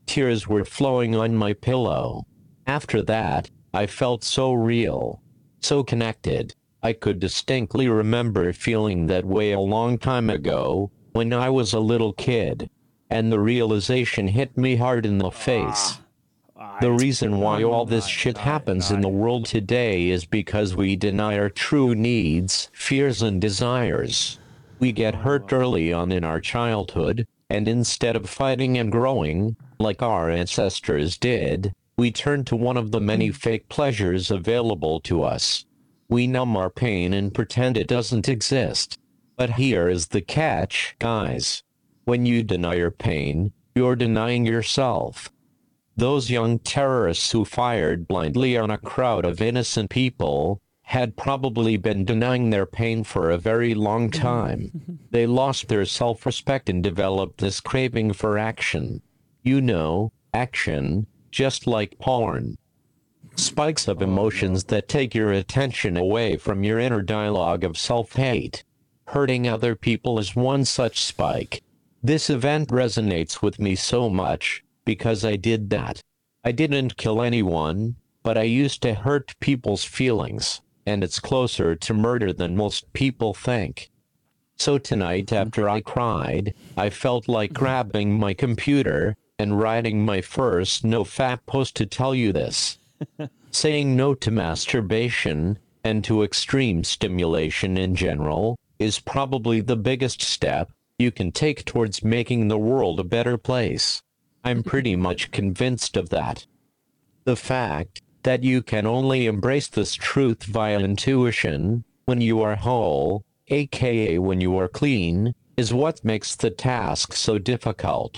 I: Tears were flowing on my pillow. After that, I felt so real, so connected. I could distinctly remember feeling that way a long time ago, when I was a little kid, and the realization hit me hard in the face. The reason why all this shit happens in the world today is because we deny our true needs, fears, and desires. We get hurt early on in our childhood, and instead of fighting and growing, like our ancestors did, we turn to one of the many fake pleasures available to us. We numb our pain and pretend it doesn't exist. But here is the catch, guys. When you deny your pain, you're denying yourself. Those young terrorists who fired blindly on a crowd of innocent people had probably been denying their pain for a very long time. They lost their self-respect and developed this craving for action. You know, action, just like porn. Spikes of emotions that take your attention away from your inner dialogue of self-hate. Hurting other people is one such spike. This event resonates with me so much, because I did that. I didn't kill anyone, but I used to hurt people's feelings, and it's closer to murder than most people think. So tonight, after I cried, I felt like grabbing my computer and writing my first no-fap post to tell you this. Saying no to masturbation, and to extreme stimulation in general, is probably the biggest step you can take towards making the world a better place. I'm pretty much convinced of that. The fact that you can only embrace this truth via intuition, when you are whole, aka when you are clean, is what makes the task so difficult.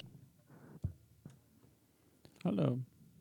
D: Hello.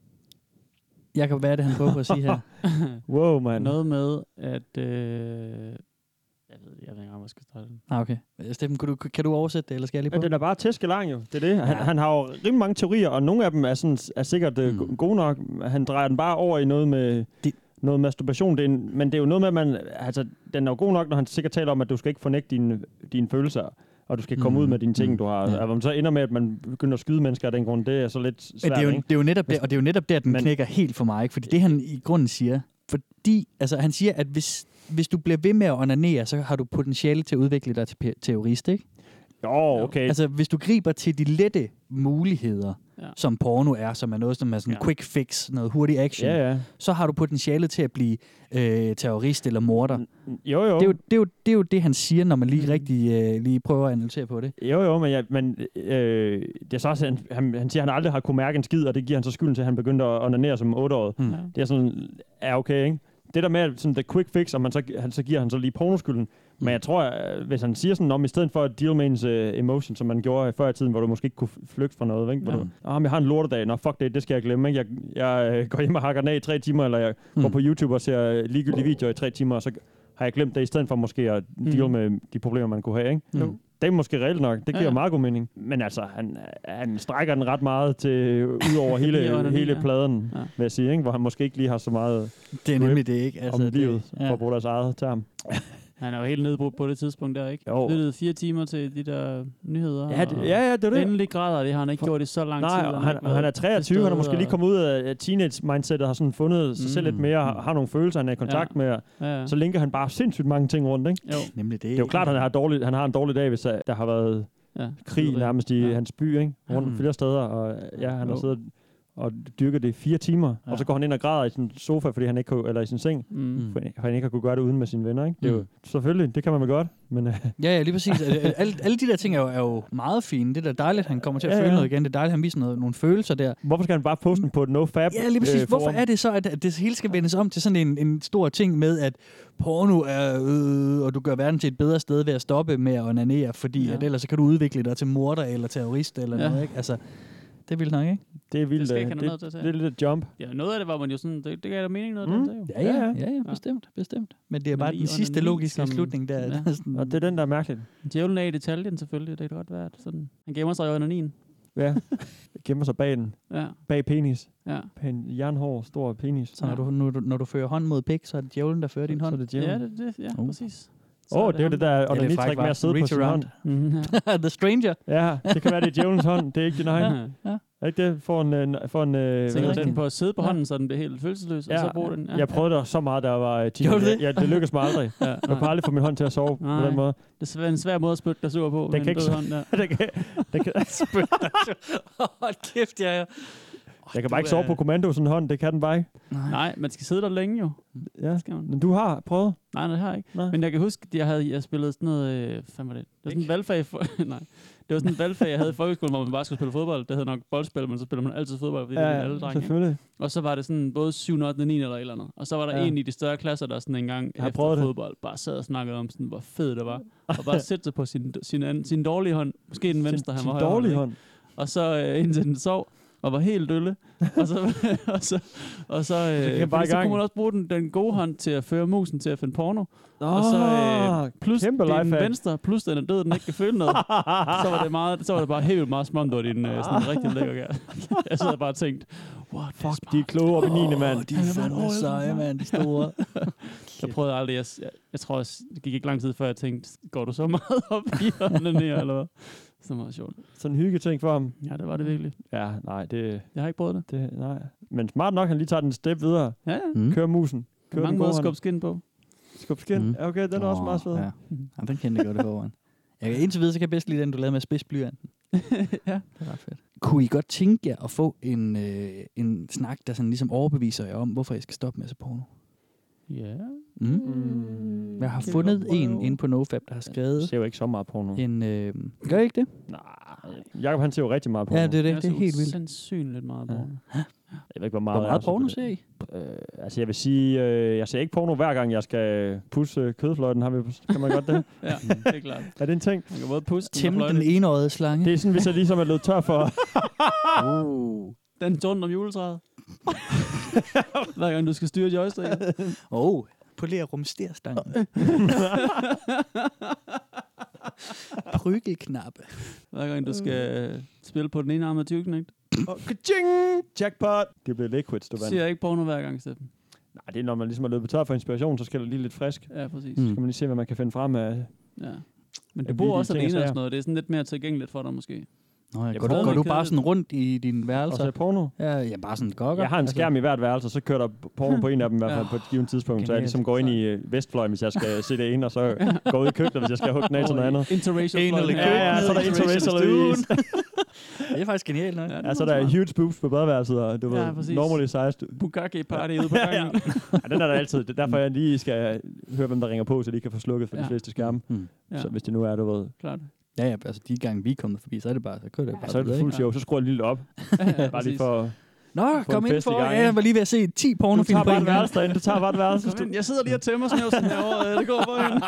C: Jakob, hvad er det, han prøver på at sige her?
E: Wow, man.
D: Noget med, at... jeg ved ikke engang, hvor jeg skal starte den.
C: Okay. Steffen, kan du oversætte det, eller skal jeg lige på?
E: Ja, den er bare tæskelang jo. Det er det. Han har jo rimelig mange teorier, og nogle af dem er sikkert gode nok. Han drejer den bare over i noget med... noget masturbation, men det er jo noget med, at man... Altså, den er jo god nok, når han sikkert taler om, at du skal ikke fornægte dine følelser, og du skal komme ud med dine ting, du har. Ja. Og så ender med, at man begynder at skyde mennesker af den grund, det er så lidt svært,
C: det er jo netop det, og det er jo netop der, den knækker helt for mig, ikke? Fordi det, han i grunden siger, fordi, altså, han siger, at hvis du bliver ved med at onanere, så har du potentiale til at udvikle dig til terrorist, ikke?
E: Jo, okay.
C: Altså, hvis du griber til de lette muligheder, som porno er, som er noget, som er sådan quick fix, noget hurtig action, så har du potentialet til at blive terrorist eller morder.
E: Jo.
C: Det er jo det, han siger, når man lige rigtig lige prøver at analysere på det.
E: Jo, men det er så også, han siger, at han aldrig har kunne mærke en skid, og det giver han så skylden til, at han begyndte at onanere som 8-årig. Det er sådan, okay, ikke? Det der med sådan the quick fix, og så giver han så lige pornoskylden. Men jeg tror, hvis han siger sådan om, i stedet for at deal med ens emotion, som man gjorde før i tiden, hvor du måske ikke kunne flygte fra noget, ikke? Hvor jeg har en lortedag, fuck det skal jeg glemme, ikke? Jeg går hjem og hakker den af i 3 timer, eller jeg går på YouTube og ser ligegyldige videoer i 3 timer, og så har jeg glemt det, i stedet for måske at deal med de problemer, man kunne have, ikke? Det er måske reelt nok. Det giver meget god mening. Men altså, han strækker den ret meget til ud over hele pladen, vil jeg sige, ikke? Hvor han måske ikke lige har så meget...
C: Det er nemlig det, ikke? Altså,
E: om livet, for at bruge deres eget term.
D: Han er jo helt nedbrudt på det tidspunkt der, ikke?
E: Jo.
D: Lyttede 4 timer til de der nyheder.
E: Ja, det er det.
D: Endelig græder det. Har han ikke gjort i så lang tid.
E: Nej, han er 23. Han er måske lige kommet ud af teenage-mindsetet, har sådan fundet sig selv lidt mere, har nogle følelser, han er i kontakt med. Ja. Så linker han bare sindssygt mange ting rundt, ikke?
C: Jo. Nemlig det.
E: Det er jo klart, at han har en dårlig dag, hvis der har været krig nærmest i hans by, ikke? Rundt flere steder, og han har siddet og dyrker det 4 timer, og så går han ind og græder i sin sofa, fordi han ikke kunne, eller i sin seng, fordi han ikke har kunne gøre det uden med sine venner, ikke? Det er jo, selvfølgelig, det kan man vel godt, men...
C: Ja, lige præcis. alle de der ting er jo meget fine. Det er dejligt, at han kommer til at føle noget igen. Det er dejligt, at han viser nogle følelser der.
E: Hvorfor skal han bare poste den på et no-fab?
C: Ja, lige præcis. Hvorfor er det så, at det hele skal vendes om til sådan en stor ting med, at porno er og du gør verden til et bedre sted ved at stoppe med at onanere, fordi at ellers så kan du udvikle dig til morder eller terrorist eller noget, ikke? Altså, det er vildt nok, ikke?
E: Det er vildt. Det er lidt et jump.
D: Ja, noget af det var man jo sådan, det gav da mening noget af det,
C: Ja, bestemt. Men det er bare den sidste logiske slutning der.
E: Ja. Sådan, og det er den, der er mærkeligt.
D: Djævlen er i detaljen selvfølgelig, det kan godt være sådan. Han gemmer sig i onanien.
E: Ja, gemmer sig bag den.
D: Ja.
E: Bag penis.
D: Ja.
E: Bag en jernhård, stor penis.
C: Så når du fører hånd mod pik, så er det djævlen, der fører din hånd.
E: Så er det djævlen.
D: Ja, præcis.
E: Det er jo det der onanitræk med at sidde på sin hånd.
C: The stranger.
E: Ja, det kan være, det er djævelens hånd. Det er ikke din egen. Er ikke det? For en
D: Tænker den på at sidde på hånden, så den bliver helt følelsesløs, og så bruge den. Ja.
E: Jeg prøvede det så meget, der var teenager. Ja, det lykkedes mig aldrig. Jeg kunne aldrig få min hånd til at sove på den måde.
D: Det er en svær måde at spytte dig sur på.
E: Den kan ikke hånd der. Den kan spytte dig sur.
C: Hold kæft, jeg
E: kan bare ikke sove på kommando sådan en hånd. Det kan den bare ikke.
D: Nej, man skal sidde der længe jo.
E: Ja, men du har prøvet?
D: Nej, det har jeg ikke. Nej. Men jeg kan huske, at jeg spillede sådan noget... Hvad var det? Det var sådan en valgfag... Nej. Det var sådan en valgfag, jeg havde i folkeskolen, hvor man bare skulle spille fodbold. Det hed nok boldspil, men så spiller man altid fodbold, fordi det er alle drenge.
E: Selvfølgelig.
D: Og så var det sådan både 7, 8, 9 eller et eller andet. Og så var der en i de større klasser, der sådan en gang efter fodbold bare sad og snakkede om, sådan, hvor fed det var. Og bare sætte sig på sin dårlige hånd. Måske den venstre, han var højre.
E: Sin dårlige hånd?
D: Og så indtil den sov. Og var helt dølle. og så kunne man også bruge den gode hånd til at føre musen til at finde porno. Og så plus den venstre, plus den er død, den ikke kan føle noget. så var det bare helt meget som om det var din sådan rigtig lækker gær. Jeg sidder bare og tænkte, what,
E: fuck, de er kloge op i 9. mand.
C: De er fandme seje, mand, de store.
D: Jeg prøvede aldrig, jeg tror, det gik ikke lang tid før jeg tænkte, går du så meget op i hånden her, eller hvad? Så meget sjovt.
E: Sådan en hyggeting for ham.
D: Ja, det var det virkelig.
E: Ja, nej, det...
D: Jeg har ikke prøvet det.
E: Nej. Men smart nok, han lige tager den step videre.
D: Ja.
E: Kører musen.
D: Kører mange måder at skubbe skin på.
E: Skubbe skin? Ja, okay, den er også meget fed.
C: Ja, den kendte jeg godt i forvejen. Indtil videre, så kan jeg bedst lide den, du lavede med spidsblyanten.
D: Ja.
C: Det er ret fedt. Kunne I godt tænke jer at få en snak, der sådan ligesom overbeviser jer om, hvorfor I skal stoppe med at se porno?
D: Ja.
C: Jeg har fundet en inde på NoFap, der har skrevet...
E: Jeg ser jo ikke så meget porno.
C: Gør I ikke det?
E: Nej. Jakob, han ser jo rigtig meget porno.
C: Ja, det er det. Det er helt vildt.
D: Sandsynligt meget porno.
E: Jeg ved ikke, hvor meget
C: porno ser I?
E: Altså, jeg vil sige, jeg ser ikke porno hver gang, jeg skal pusse kødfløjten. Kan man godt det?
D: Ja, det er klart.
E: Er det en ting?
D: Man kan både pusse
C: Tæmme den enøjede slange.
E: Det er sådan, hvis jeg ligesom er løbet tør for...
D: Den rundt om juletræet. Hver gang du skal styre joysticket.
C: Polere rumsterstangen. Prygelknappe.
D: Hver gang du skal spille på den ene arm af 20-knægt.
E: Jackpot! Det bliver liquids, du vandt.
D: Siger ikke porno hver gang, Steffen.
E: Nej, det er når man ligesom er løbet tør for inspiration, så skal der lige lidt frisk.
D: Ja, præcis.
E: Så skal man lige se, hvad man kan finde frem af...
D: Ja. Men du bor også alene og sådan noget. Det er sådan lidt mere tilgængeligt for dig, måske.
C: Nå, går du bare sådan rundt i din værelse?
E: Og ser porno?
C: Ja, bare sådan gokker.
E: Jeg har en skærm i hvert værelse, og så kører der porno på en af dem i hvert fald på et givet tidspunkt. Så jeg ligesom går ind i vestfløjen, hvis jeg skal se det ene, og så går ud i køkkenet, hvis jeg skal hugge den af til noget andet.
D: Interracial fløjen.
E: Ja, så er der interracial Louise.
C: Det er faktisk genialt.
E: Ja, så er der huge boobs på badeværelset, og du ved, normally sized.
D: Bukkake party ude på gangen.
E: Ja, den er der altid. Det er derfor, jeg lige skal høre, hvem der ringer på, så de kan få slukket for de fleste skærme. Så hvis det nu er, du ved.
D: Klart.
C: Ja, altså de gange vi er kommet forbi, så er det bare, så kører det bare.
E: Så er det fuld show, så skruer jeg lige op. Bare lige for...
C: Nå, kom ind for. Ja, jeg var lige ved at se 10 pornofilm på en gang.
E: Du tager bare et værelse.
D: Jeg sidder lige og tæmmer snævsen herovre. Det går for hende.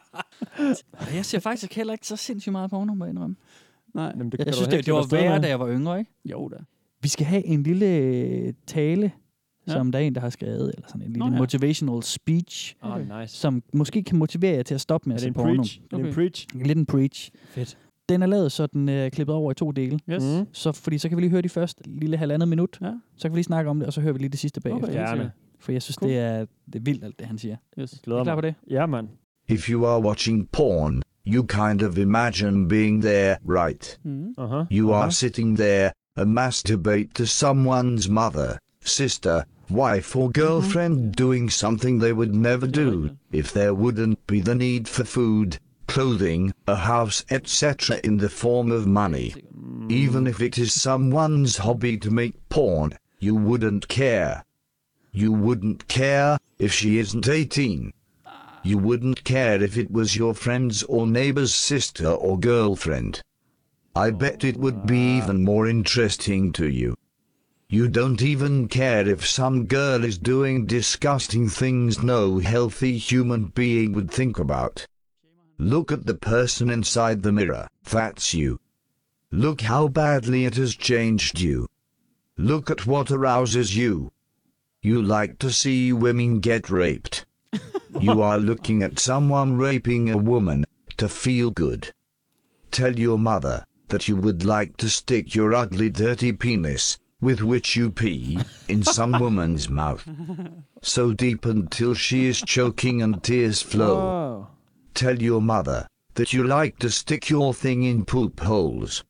C: Jeg ser faktisk heller ikke så sindssygt meget porno, må jeg indrømme.
D: Nej.
C: Jeg synes, det var værre, da jeg var yngre, ikke?
D: Jo da.
C: Vi skal have en lille tale, som der er en, der har skrevet, eller sådan en lille motivational speech, som måske kan motivere jer til at stoppe med at se porno.
E: Er det en preach?
C: Lidt en preach.
E: Fedt.
C: Den er lavet, så den er klippet over i 2 dele.
D: Yes.
C: Så så kan vi lige høre de første lille 1,5 minut. Ja. Så kan vi lige snakke om det, og så hører vi lige det sidste bagefter.
E: Gerne.
C: For jeg synes, det er vildt, alt det han siger.
D: Yes.
C: Er du klar på det?
E: Ja, mand.
J: If you are watching porn, you kind of imagine being there, right? You are sitting there and masturbate to someone's mother, sister, wife or girlfriend doing something they would never do if there wouldn't be the need for food, clothing, a house, etc. in the form of money. Even if it is someone's hobby to make porn, you wouldn't care. You wouldn't care if she isn't 18. You wouldn't care if it was your friend's or neighbor's sister or girlfriend. I bet it would be even more interesting to you. You don't even care if some girl is doing disgusting things no healthy human being would think about. Look at the person inside the mirror, that's you. Look how badly it has changed you. Look at what arouses you. You like to see women get raped. You are looking at someone raping a woman to feel good. Tell your mother that you would like to stick your ugly dirty penis, with which you pee, in some woman's mouth. So deep until she is choking and tears flow. Tell your mother that you like to stick your thing in poop holes.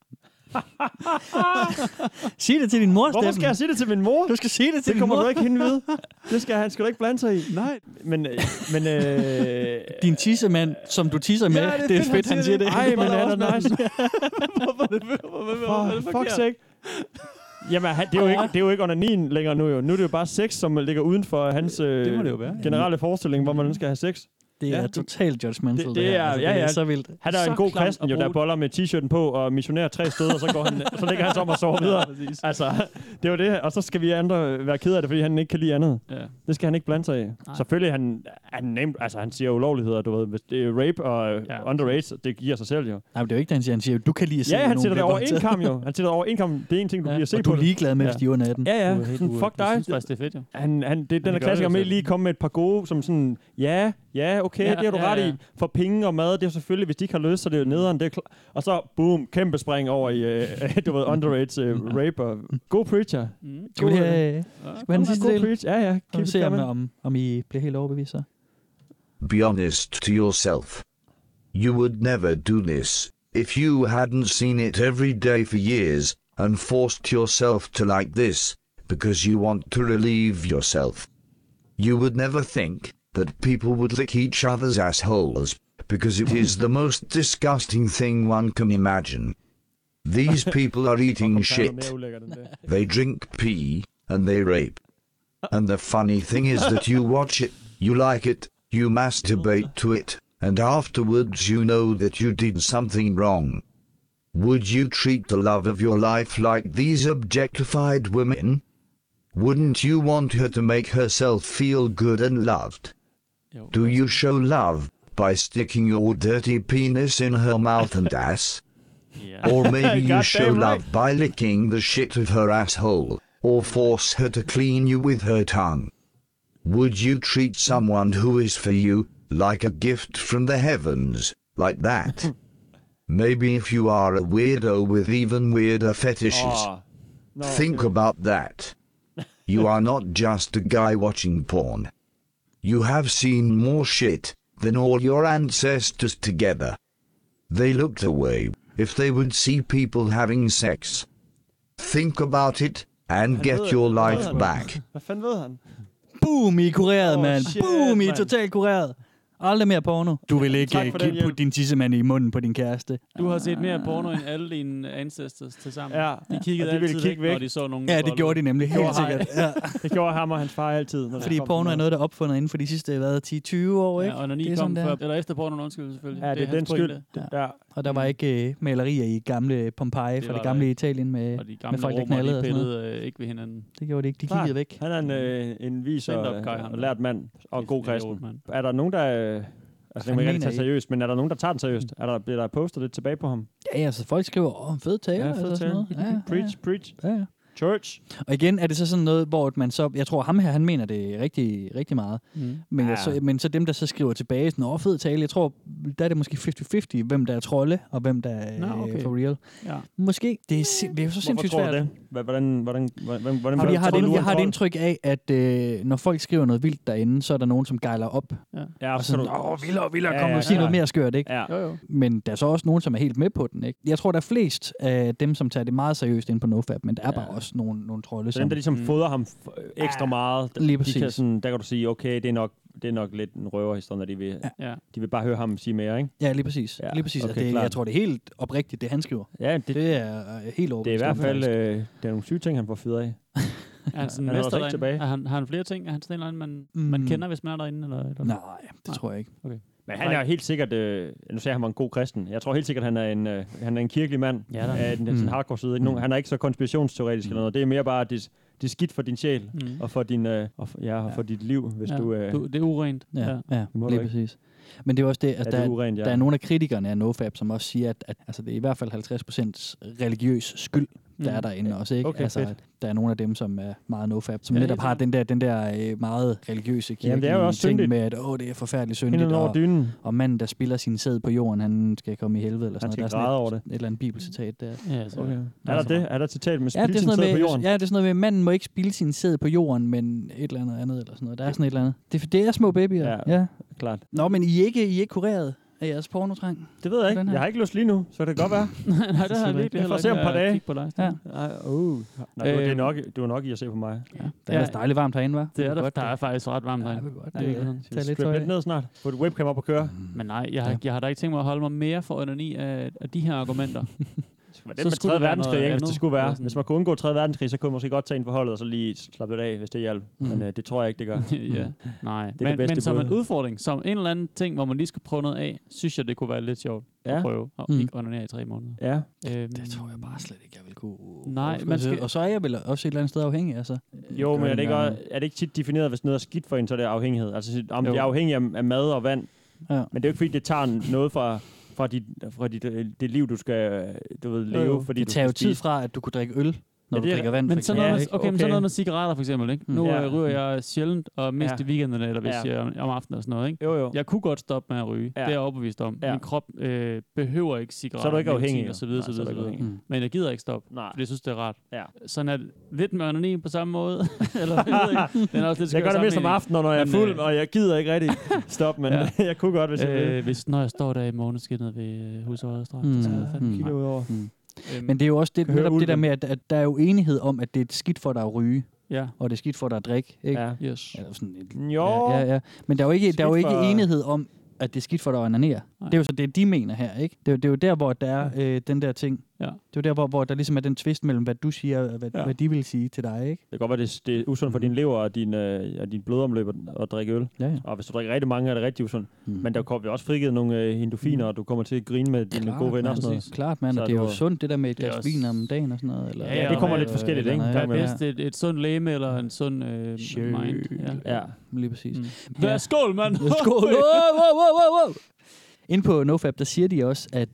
C: Sig det til din mor,
E: Hvorfor skal jeg sige det til min mor?
C: Du skal sige det til
E: din mor. Det kommer du ikke hende ved. Det skal han sgu da ikke blande sig i.
C: Nej.
E: Men
C: din tissemand, som du tisser med, det er fedt, han siger det.
E: Ej, men er det nice.
D: Hvorfor
E: fuck sake. Jamen, det er jo ikke onanien længere nu jo. Nu er det jo bare sex, som ligger uden for hans generelle forestilling, hvor man ønsker at have sex.
C: Det er totalt judgmental.
E: Det er
C: så vildt.
E: Han er en god kristen, jo, der boller med t-shirten på og missionerer 3 steder, og så ligger han så om og sover videre. Altså, det er jo det. Og så skal vi andre være ked af det, fordi han ikke kan lide andet. Ja. Det skal han ikke blande sig i. Nej. Selvfølgelig, han siger ulovligheder, du ved. Hvis det er rape og underage, det giver sig selv jo. Nej,
C: men det er jo ikke det, han siger. Han siger, du kan lide at se
E: nogen. Ja, han sætter det over en kam jo. Han sætter over en kam. Det er en ting, du bliver se på.
C: Og du er ligeglad med, hvis de er under 18.
E: Ja. Fuck dig.
D: Jeg synes faktisk, det er fedt, jo.
E: Den er klassiker med lige komme med et par gode, som sådan, ja, okay, det har du ret i. For penge og mad, det er selvfølgelig, hvis de ikke har løst, så det er jo nederen. Og så, boom, kæmpe spring over i, du ved, underage rape og go preacher.
C: Skal vi have den sidste del?
E: Ja.
C: Kan vi se, om I bliver helt overbevist så?
J: Be honest to yourself. You would never do this if you hadn't seen it every day for years and forced yourself to like this because you want to relieve yourself. You would never think that people would lick each other's assholes, because it is the most disgusting thing one can imagine. These people are eating shit. They drink pee, and they rape. And the funny thing is that you watch it, you like it, you masturbate to it, and afterwards you know that you did something wrong. Would you treat the love of your life like these objectified women? Wouldn't you want her to make herself feel good and loved? Do you show love by sticking your dirty penis in her mouth and ass? Or maybe you show love by licking the shit of her asshole, or force her to clean you with her tongue? Would you treat someone who is for you like a gift from the heavens, like that? Maybe if you are a weirdo with even weirder fetishes. Think about that. You are not just a guy watching porn. You have seen more shit than all your ancestors together. They looked away if they would see people having sex. Think about it and get your life back.
E: Hvad fanden ved han?
C: Boom, I er kureret, mand. Boom, I er totalt kureret. Aldrig mere porno. Du vil ikke putte din tissemand i munden på din kæreste.
D: Du har set mere porno end alle dine ancestors til sammen. Ja. De kiggede altid væk, når de så nogen.
C: Ja, det gjorde de nemlig helt sikkert. Ja.
E: Det gjorde ham og hans far altid.
C: Fordi porno er noget, der er opfundet inden for de sidste 10-20 år, ikke?
D: Ja, og når ni kom før, eller efter porno, undskyld selvfølgelig.
E: Ja, det er den skyld.
C: Ja. Og der var ikke malerier i gamle Pompeji fra det gamle Italien med folk, der knaldede og sådan noget.
D: Ikke ved hinanden.
C: Det gjorde de ikke. De kiggede væk.
E: Han er en vis og lært mand og god kristen. Er der nogen, der... Altså, det må ikke tage seriøst, men er der nogen, der tager den seriøst? Bliver der postet lidt tilbage på ham?
C: Ja, altså folk skriver, fed tale.
E: Ja, fed tale. Preach.
C: Ja.
E: Church.
C: Og igen er det så sådan noget, hvor man så... Jeg tror, ham her, han mener det rigtig, rigtig meget. Men så dem, der så skriver tilbage, sådan, fed tale, jeg tror, der er det måske 50-50, hvem der er trolde, og hvem der er for real. Ja. Måske. Det er jo så sindssygt svært.
E: Hvordan
C: Fordi jeg har et indtryk af, at når folk skriver noget vildt derinde, så er der nogen, som gejler op.
E: Ja,
C: og sådan, vildere, kom og sige noget mere skørt, ikke?
E: Ja. Jo.
C: Men der er så også nogen, som er helt med på den, ikke? Jeg tror, der er flest af dem, som tager det meget seriøst ind på NoFap, men der er bare også nogle trolde,
E: som... Dem, der ligesom fodrer ham ekstra meget,
C: lige præcis.
E: De kan sådan, der kan du sige, okay, det er nok lidt en røverhistorie, når de vil bare høre ham sige mere, ikke?
C: Ja, lige præcis. Ja, lige præcis. Okay, jeg tror, det er helt oprigtigt, det han skriver.
E: Ja,
C: det er helt overbevist.
E: Det er i hvert fald det er nogle syge ting, han får fyret af.
D: Er han sådan mester derinde? Tilbage? Har han flere ting? Er han sådan en eller anden, man kender, hvis man er derinde? Eller?
C: Nej, det tror jeg ikke.
E: Okay. Men han er helt sikkert, nu siger han var en god kristen. Jeg tror helt sikkert, han er en kirkelig mand af den hardcore side. Han er ikke så konspirationsteoretisk eller noget. Det er mere bare, det er skidt for din sjæl og for din for dit liv, hvis du...
D: det er urent.
C: Ja, lige præcis. Men det er også det, at der er nogle af kritikerne af NoFap, som også siger, at altså, det er i hvert fald 50% religiøs skyld, der er derinde også, ikke?
E: Okay,
C: altså, der er nogle af dem, som er meget NoFap, som netop har den der meget religiøse kirkelige ting med, at det er forfærdeligt syndigt, og manden, der spiller sin sæd på jorden, han skal komme i helvede, eller sådan noget. Der er sådan et eller andet bibelcitat der.
E: Ja, okay. Er der citat med spille sin sæd på jorden?
C: Ja, det er sådan noget med, manden må ikke spille sin sæd på jorden, men et eller andet eller sådan noget. Der er sådan et eller andet. Det er små babyer.
E: Ja, klart.
C: Nå, men I er ikke kureret. af jeres pornotrang?
E: Det ved jeg ikke. Jeg har ikke lyst lige nu, så det kan godt være.
D: Nej, det har jeg virkelig.
E: Jeg får se om et par dage.
D: På dig,
C: ja.
E: Nej, du er nok i at se på mig.
C: Ja. Det er dejligt varmt herinde, hva'?
D: Det er der er faktisk ret varmt herinde.
E: Tag lidt ned snart. Få et webcam op og køre.
D: Men nej, jeg har da ikke tænkt mig at holde mig mere for onani af de her argumenter.
E: Det med 3. verdenskrig, hvis det skulle være. Hvis man kunne undgå 3. verdenskrig, så kunne man måske godt tage en forholdet og så lige slappe det af, hvis det hjalp. Men det tror jeg ikke, det gør.
D: Ja, nej.
E: Det er
D: men som en udfordring, som en eller anden ting, hvor man lige skal prøve noget af, synes jeg, det kunne være lidt sjovt at prøve. Og ikke onanere i 3 måneder.
E: Ja.
C: Det tror jeg bare slet ikke, jeg vil kunne.
D: Nej, man skal...
C: Og så er jeg vel også et eller andet sted afhængig, altså.
E: Jo, men er det ikke tit defineret, hvis noget er skidt for en, så er det afhængighed. Altså, om det er afhængig af mad og vand. Ja. Men det er jo ikke, fordi det tager noget fra dit liv, du skal leve. Fordi
C: det tager jo tid fra, at du kunne drikke øl, når du drikker vand.
D: Men sådan noget med cigaretter for eksempel, ikke? Nu ryger jeg sjældent, og mest i weekenderne, eller hvis jeg om aftenen og sådan noget, ikke?
E: Jo.
D: Jeg kunne godt stoppe med at ryge. Det er jeg overbevist om. Min krop behøver ikke cigaretter.
E: Så er du ikke afhængig.
D: Og så videre. Men jeg gider ikke stoppe, fordi jeg synes, det er rart.
E: Ja.
D: Sådan er lidt med onani på samme måde. Eller, jeg ved ikke.
E: Jeg gør det mest om aftenen, når jeg er fuld, og jeg gider ikke rigtig stoppe, men jeg kunne godt, hvis jeg vil.
D: Når jeg står der i måneskinnet ved Husåret Strand, så skal jeg fandme kigge ud over.
C: Men det er jo også det der med, at der er jo enighed om, at det er skidt for dig at ryge.
D: Ja.
C: Og det er skidt for dig at drikke, ikke?
D: Ja. Yes.
C: Eller sådan
E: jo.
C: Ja. Men der er jo ikke enighed om, at det er skidt for dig at onanere. Det er jo så det, de mener her, ikke? Det er jo der, hvor der er den der ting. Ja. Det er jo der, hvor der ligesom er den tvist mellem, hvad du siger, og hvad de vil sige til dig, ikke?
E: Det kan godt være, det er usundt for din lever og din blodomløb at drikke øl. Ja. Og hvis du drikker rigtig mange, er det rigtig usundt. Men der kommer vi også frigivet nogle endorfiner, og du kommer til at grine med dine gode venner og sådan noget.
C: Klart, mand. Og det er jo sundt, det der med et glas vin om dagen og sådan noget. Eller?
E: Ja, det kommer lidt forskelligt, ikke?
D: Der er bedst et sundt læme eller en sund mind.
C: Ja, lige præcis.
D: Hvad er skål, mand?
C: Skål! Wow! Inde på NoFap, der siger de også, at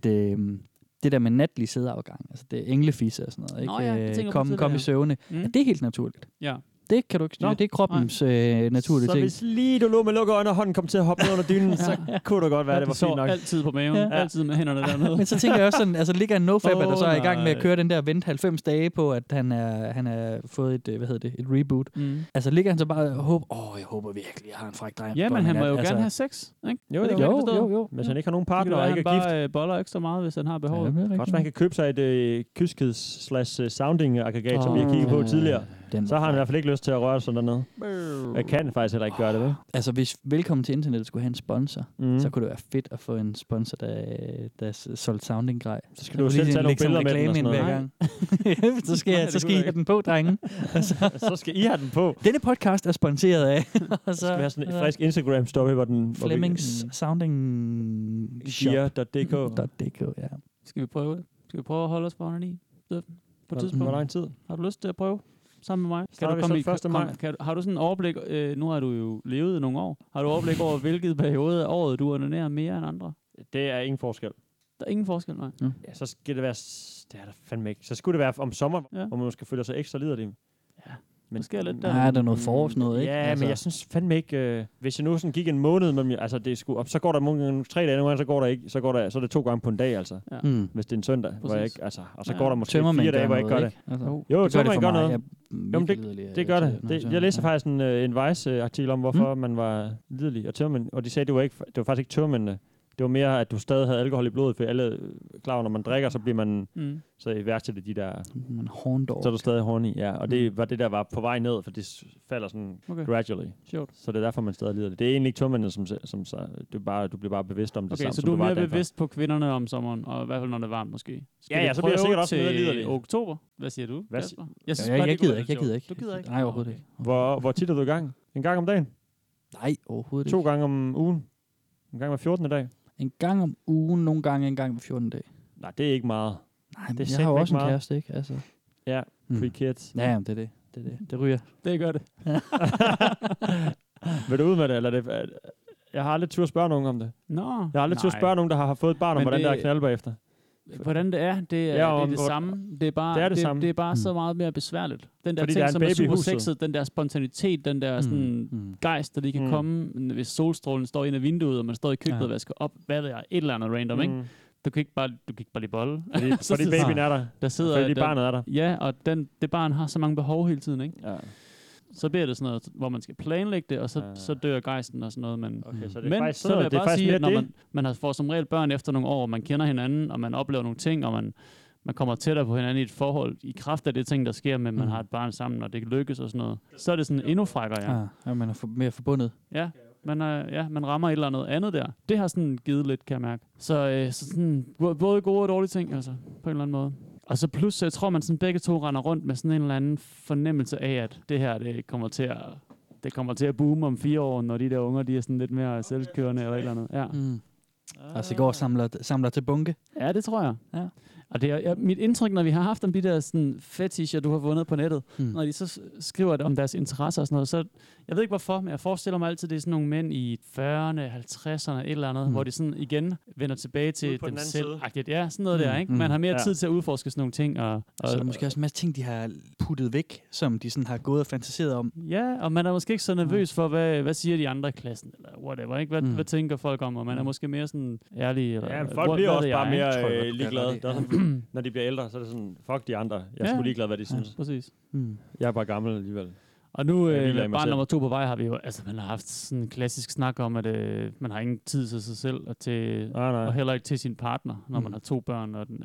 C: det der med natlig sædeafgang, altså det er englefisse og sådan noget, ikke? Kom i søvne, at det er helt naturligt.
D: Ja.
C: Det kan du ikke styre. Det er kroppens naturlige ting.
E: Så hvis lige du lå med lukkede øjne, og hånden kom til at hoppe ned under dynen, så kunne det godt være, det var fint nok.
D: Altid på maven. Ja. Altid med hænderne dernede.
C: Men så tænker jeg også sådan, altså ligger en NoFapper, der så er i gang med at køre den der vent 90 dage på, at han er fået et reboot. Altså ligger han så bare og håber, jeg håber virkelig, jeg har en fræk dreng.
D: Ja, men han må jo gerne have sex, ikke?
E: Jo. Hvis han ikke har nogen partner og ikke er gift.
D: Han bare boller ekstra meget, hvis han har behov.
E: Også man kan købe sig et kyskeds/sounding-aggregat, som vi har kigget på tidligere. Så har han i hvert fald ikke lyst til at røre sådan dernede. Jeg kan faktisk heller ikke gøre det, vel?
C: Altså, hvis Velkommen til Internettet skulle have en sponsor, så kunne det være fedt at få en sponsor, der solgte sounding-grej.
E: Så skal du selv tage nogle billeder med den og sådan noget.
C: Hver gang. så skal I have den på, drenge.
E: Så skal I have den på.
C: Denne podcast er sponsoreret af.
E: Så skal vi have sådan en frisk Instagram-story, hvor den...
C: Flemmings Sounding
E: Gear.dk.
C: Ja.
D: Skal vi prøve at holde os på onani? På tidspunkt.
E: Hvor lang tid?
D: Har du lyst til at prøve? Sammen med mig. Har du sådan en overblik, nu har du jo levet nogle år, har du overblik over, hvilket periode af året du onanerer mere end andre?
E: Det er ingen forskel.
D: Der er ingen forskel, nej.
E: Ja, så skal det være, det er der fandme ikke. Så skulle det være om sommer, hvor man skal føle sig ekstra liderlig. Ja.
D: Men sker lidt der.
C: Nej, der er noget forårs noget, ikke?
E: Ja, altså. Men jeg synes fandme ikke, hvis jeg nu sådan gik en måned, men altså det skulle, så går der nogle gange 3 dage, nogle gange så går der ikke, så er det 2 gange på en dag, altså. Ja. Hvis det er en søndag, hvor jeg ikke, altså, og så går der måske 4 dage, hvor jeg ikke gør det.
C: Altså,
E: jo, tømmermænd gør noget.
C: Jamen,
E: det gør det. Jeg læste faktisk en Vice-artikel om, hvorfor man var lidelig. Og de sagde, det var faktisk ikke tømmermændene. Det var mere, at du stadig havde alkohol i blodet, for alle klar, når man drikker, så bliver man så i værste af de der... Så er du stadig horny, ja. Og det var det, der var på vej ned, for det falder sådan gradually.
D: Sure.
E: Så det er derfor, man stadig lider det. Det er egentlig ikke tømmerne, som du bliver bare bevidst om det samme.
D: Så du er mere bevidst på kvinderne om sommeren, og i hvert fald, når det er varmt måske.
E: Ja, så bliver jeg sikkert også mere liderlig.
D: Oktober. Hvad siger du?
C: Jeg gider ikke.
D: Du gider ikke?
C: Nej, overhovedet ikke.
E: Hvor tit er du i gang? En gang om dagen?
C: Nej, overhovedet ikke.
E: 2 gange om ugen? En gang hver 14. dag?
C: En gang om ugen, nogle gange en gang hver 14. dag.
E: Nej, det er ikke meget.
C: Nej, men jeg har jo også en kæreste, ikke? Altså.
E: Ja, free kids.
C: Ja, det er det. Det ryger.
D: Det gør det.
E: Vil du ud med det, eller det? Jeg har aldrig tur at spørge nogen om det.
D: Jeg
E: har aldrig tur at spørge nogen, der har fået et barn om, hvordan det er at knalde bagefter.
D: Hvordan det er, det er det samme. Det er bare, det er bare så meget mere besværligt. Den der
E: fordi
D: ting, som er super sexet, den der spontanitet, den der sådan gejst, der lige kan komme, hvis solstrålen står ind af vinduet, og man står i køkkenet og vasker op, hvad ved jeg, et eller andet random, ikke? Du kan ikke bare lige bolle.
E: Fordi babyen er der.
D: Der sidder
E: fordi barnet er der.
D: Ja, og det barn har så mange behov hele tiden, ikke?
E: Ja.
D: så bliver det sådan noget, hvor man skal planlægge det, og så dør gejsten og sådan noget. Men,
E: okay, så det er
D: men
E: faktisk,
D: så vil jeg
E: det er
D: bare sige, at når
E: det.
D: man får som regel børn efter nogle år, man kender hinanden, og man oplever nogle ting, og man kommer tættere på hinanden i et forhold, i kraft af det ting, der sker med, at man har et barn sammen, og det lykkes og sådan noget. Så er det sådan endnu frækkere,
C: ja. Man er mere forbundet.
D: Ja. Man rammer et eller andet der. Det har sådan givet lidt, kan jeg mærke. Så sådan, både gode og dårlige ting, altså, på en eller anden måde. Og så plus, jeg tror, man sådan begge to render rundt med sådan en eller anden fornemmelse af, at det her, det kommer til at boome om 4 år, når de der unger, de er sådan lidt mere selvkørende eller et eller andet. Ja.
C: Altså i går samler til bunke.
D: Ja, det tror jeg. Ja. Og det er mit indtryk, når vi har haft om de der sådan fetisher, du har fundet på nettet, når de så skriver om deres interesser og sådan noget, så jeg ved ikke hvorfor, men jeg forestiller mig altid, det er sådan nogle mænd i 40'erne, 50'erne, et eller andet, hvor de sådan igen vender tilbage til dem selv. Ja, sådan noget der, ikke? Man har mere tid til at udforske sådan nogle ting. Og
C: så er der måske også en masse ting, de har puttet væk, som de sådan har gået og fantaseret om.
D: Ja, og man er måske ikke så nervøs for, hvad siger de andre i klassen, eller whatever, ikke? Hvad tænker folk om, og man er måske mere sådan ærlig. Eller,
E: ja, folk bliver også bare mere ligeglade. Når de bliver ældre, så er det sådan, fuck de andre. Jeg er sgu ligeglad, hvad de synes.
D: Ja, præcis.
E: Jeg er bare gammel alligevel.
D: Og nu, barn nummer 2 på vej, har vi jo, altså man har haft sådan en klassisk snak om, at man har ingen tid til sig selv, og heller ikke til sin partner, når man har 2 børn. Og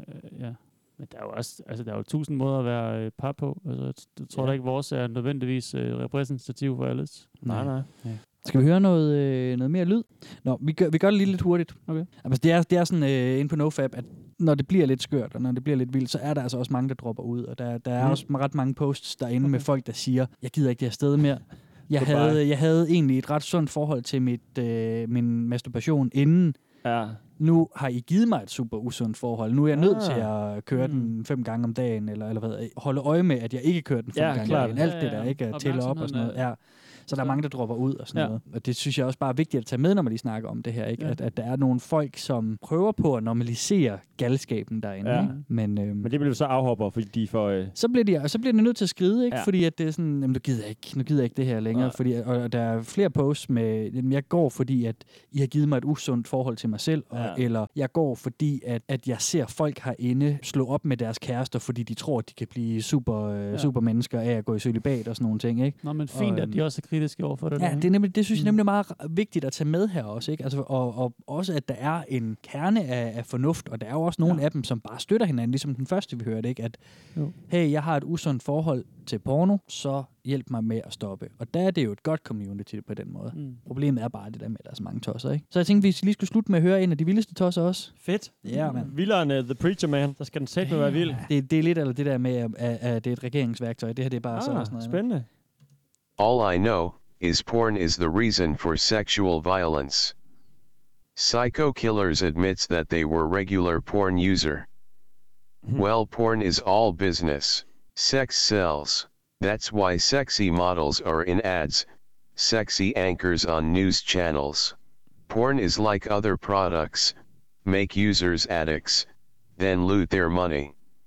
D: men der er jo også, altså der er jo 1000 måder at være par på. Altså, jeg tror da ikke, vores er nødvendigvis repræsentativ for alles.
E: Nej.
C: Ja. Skal vi høre noget mere lyd? Nå, vi gør det lige lidt hurtigt. Okay. Altså, det er sådan inde på NoFap, at når det bliver lidt skørt, og når det bliver lidt vildt, så er der altså også mange, der dropper ud. Og der er også ret mange posts derinde med folk, der siger, jeg gider ikke det her sted mere. Jeg havde egentlig et ret sundt forhold til min masturbation inden.
E: Ja.
C: Nu har I givet mig et super usundt forhold. Nu er jeg nødt til at køre den 5 gange om dagen, eller hvad. Holde øje med, at jeg ikke kører den 5 gange om dagen. Alt det der, ikke? Tæller op og sådan noget. Ja. Så der er mange, der dropper ud og sådan noget. Og det synes jeg også bare er vigtigt at tage med, når man lige snakker om det her. Ikke? Ja. At der er nogle folk, som prøver på at normalisere galskaben derinde.
E: Ja.
C: Men
E: det bliver jo så afhopper, fordi de får...
C: Så bliver de nødt til at skride, ikke? Fordi at det er sådan, jamen, nu gider jeg ikke det her længere. Fordi, og der er flere posts med, jamen, jeg går, fordi at I har givet mig et usundt forhold til mig selv, eller jeg går, fordi at jeg ser folk herinde slå op med deres kærester, fordi de tror, at de kan blive super mennesker af at gå i cølibat og sådan nogle ting, ikke?
D: Nå, men fint, at de også er kritiske over for det.
C: Ja, det synes jeg nemlig er meget vigtigt at tage med her også, ikke? Altså, og også, at der er en kerne af fornuft, og der er jo også nogle af dem, som bare støtter hinanden, ligesom den første, vi hørte, ikke? At, hey, jeg har et usundt forhold til porno, så hjælp mig med at stoppe. Og der er det jo et godt community på den måde. Problemet er bare det der med, at der er så mange tosser, ikke? Så jeg tænkte, vi lige skulle slutte med at høre en af de vildeste tosser også.
E: Fedt.
C: Ja, mand.
E: Vildere end The Preacher Man. Der skal den sætte være vild.
C: Det er lidt eller det der med, at det er et regeringsværktøj. Det her, det er bare sådan noget.
E: Spændende.
K: All I know is porn is the reason for sexual violence. Psycho Killers admits that they were regular porn user. Well, porn is all business. Sex sells. That's why sexy models are in ads, sexy anchors on news channels. Porn is like other products, make users addicts, then loot their money.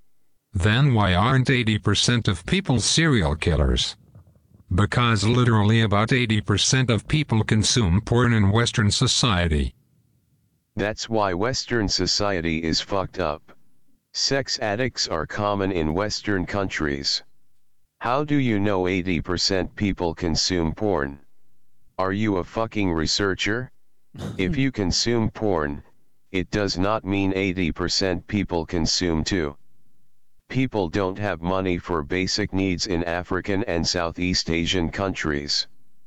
F: Then why aren't 80% of people serial killers? Because literally about 80% of people consume porn in Western society.
K: That's why Western society is fucked up. Sex addicts are common in Western countries. How do you know 80% people consume porn? Are you a fucking researcher? If you consume porn, it does not mean 80% people consume too. People don't have money for basic needs in African and Southeast Asian countries.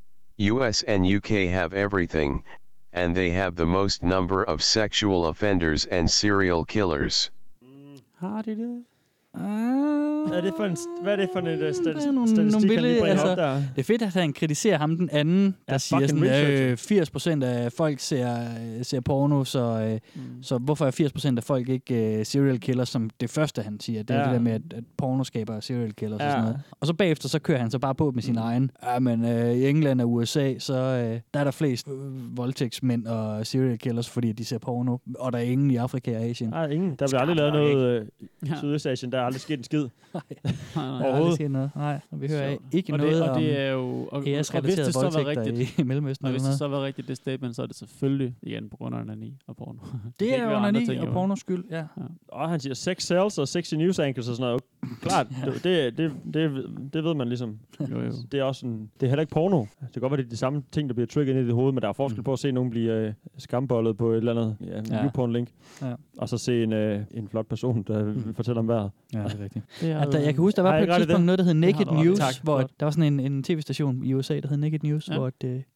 K: US and UK have everything, and they have the most number of sexual offenders and serial killers.
D: Har de det?
E: Hvad er det for en statistik, han lige bringer op der?
C: Det er fedt, at han kritiserer ham den anden, der siger sådan, 80% af folk ser porno, så hvorfor er 80% af folk ikke serial killers, som det første, han siger. Det er det der med, at porno skaber serial killers og sådan noget. Og så bagefter, så kører han så bare på med sin egen. Men i England og USA, så der er der flest voldtægtsmænd og serial killers, fordi de ser porno, og der er ingen i Afrika og Asien.
E: Der er ingen. Der bliver aldrig lavet noget Sydøstasien der. aldrig sket en skid.
C: Nej, overhovedet. Nej, vi hører ikke noget om æresrelaterede voldtægter i Mellemøsten.
D: Og hvis det så var rigtigt det statement, så er det selvfølgelig igen på grund af onani og porno.
C: Det er onani og pornos skyld, ja.
E: Og han siger 6 sales og 60 news angles og sådan noget. Klart, det ved man ligesom.
D: Jo.
E: Det er også det er heller ikke porno. Det kan godt være, det er de samme ting, der bliver trigget ind i det hoved, men der er forskel på at se nogen blive skambollet på et eller andet YouPorn-link. Ja. Og så se en flot person, der fortæller om vejret.
C: Ja, det er rigtigt. Jeg kan huske, der var på et tidspunkt noget, der hed Naked News, hvor der var sådan en tv-station i USA, der hed Naked News, hvor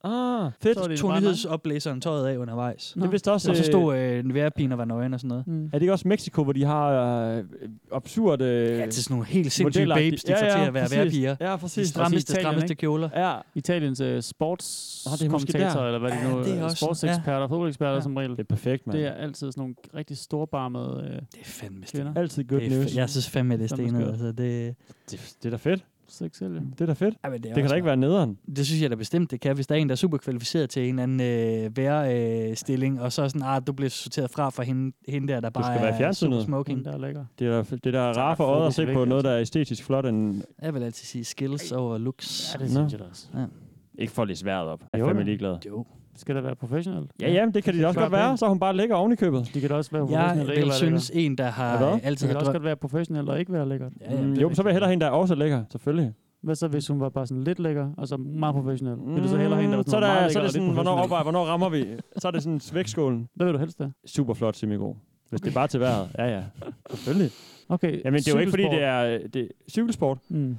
E: fedt.
C: tog nyhedsoplæseren tøjet af undervejs.
E: Det vidste også,
C: og så stod en vejrpine og var nøgen og sådan noget.
E: Er det ikke også Mexico, hvor de har absurde...
C: Ja, til sådan nogle helt sindssyge babes, de får til at være vejrpiger.
E: Ja, præcis.
C: De strammeste kjoler.
D: Ja. Italiens sportskommentator, eller hvad det nu er, sportseksperter, fodboldeksperter som regel.
E: Det er perfekt, mand.
D: Det er altid sådan nogle rigtig storbarmede
C: det er fandme
D: kvinder.
E: Altid good news.
C: Jeg synes fandme, det er stenet. Altså, det
E: er da fedt.
D: Seksuelle.
E: Det er da fedt. Det kan da ikke være nederen.
C: Det synes jeg da bestemt, det kan. Hvis der er en, der er super kvalificeret til en eller anden værestilling, og så sådan, du bliver sorteret fra hende der, der bare er super smoking.
D: Der er lækker.
E: Det er der rart for øjet at se på noget, der er æstetisk flot.
C: Jeg vil altid sige skills over looks.
D: Ja, det synes jeg da også.
C: Ja.
E: Ikke for at læse vejret op. Jeg er fandme ligeglad.
C: Jo.
D: Skal det være professionelt?
E: Ja, det kan det også godt være. Så hun bare lægger oven i købet.
D: Det kan da også være professionelt.
C: Jeg vil synes en, der har altid...
D: Det kan også godt være professionelt og ikke være lækkert.
E: Jo, så vil jeg hellere en, der er også lækker. Selvfølgelig.
D: Hvad så, hvis hun var bare sådan lidt lækker, og så meget professionel? Vil du så hellere en, der var sådan
E: meget
D: lækker
E: så er det sådan, hvornår rammer vi? Så er det sådan vægtskålen.
D: Hvad vil du helst da?
E: Super flot semigod. Hvis det er bare til vejret. Ja. Selvfølgelig.
D: Okay.
E: Jamen, det er jo ikke, fordi det er cykelsport.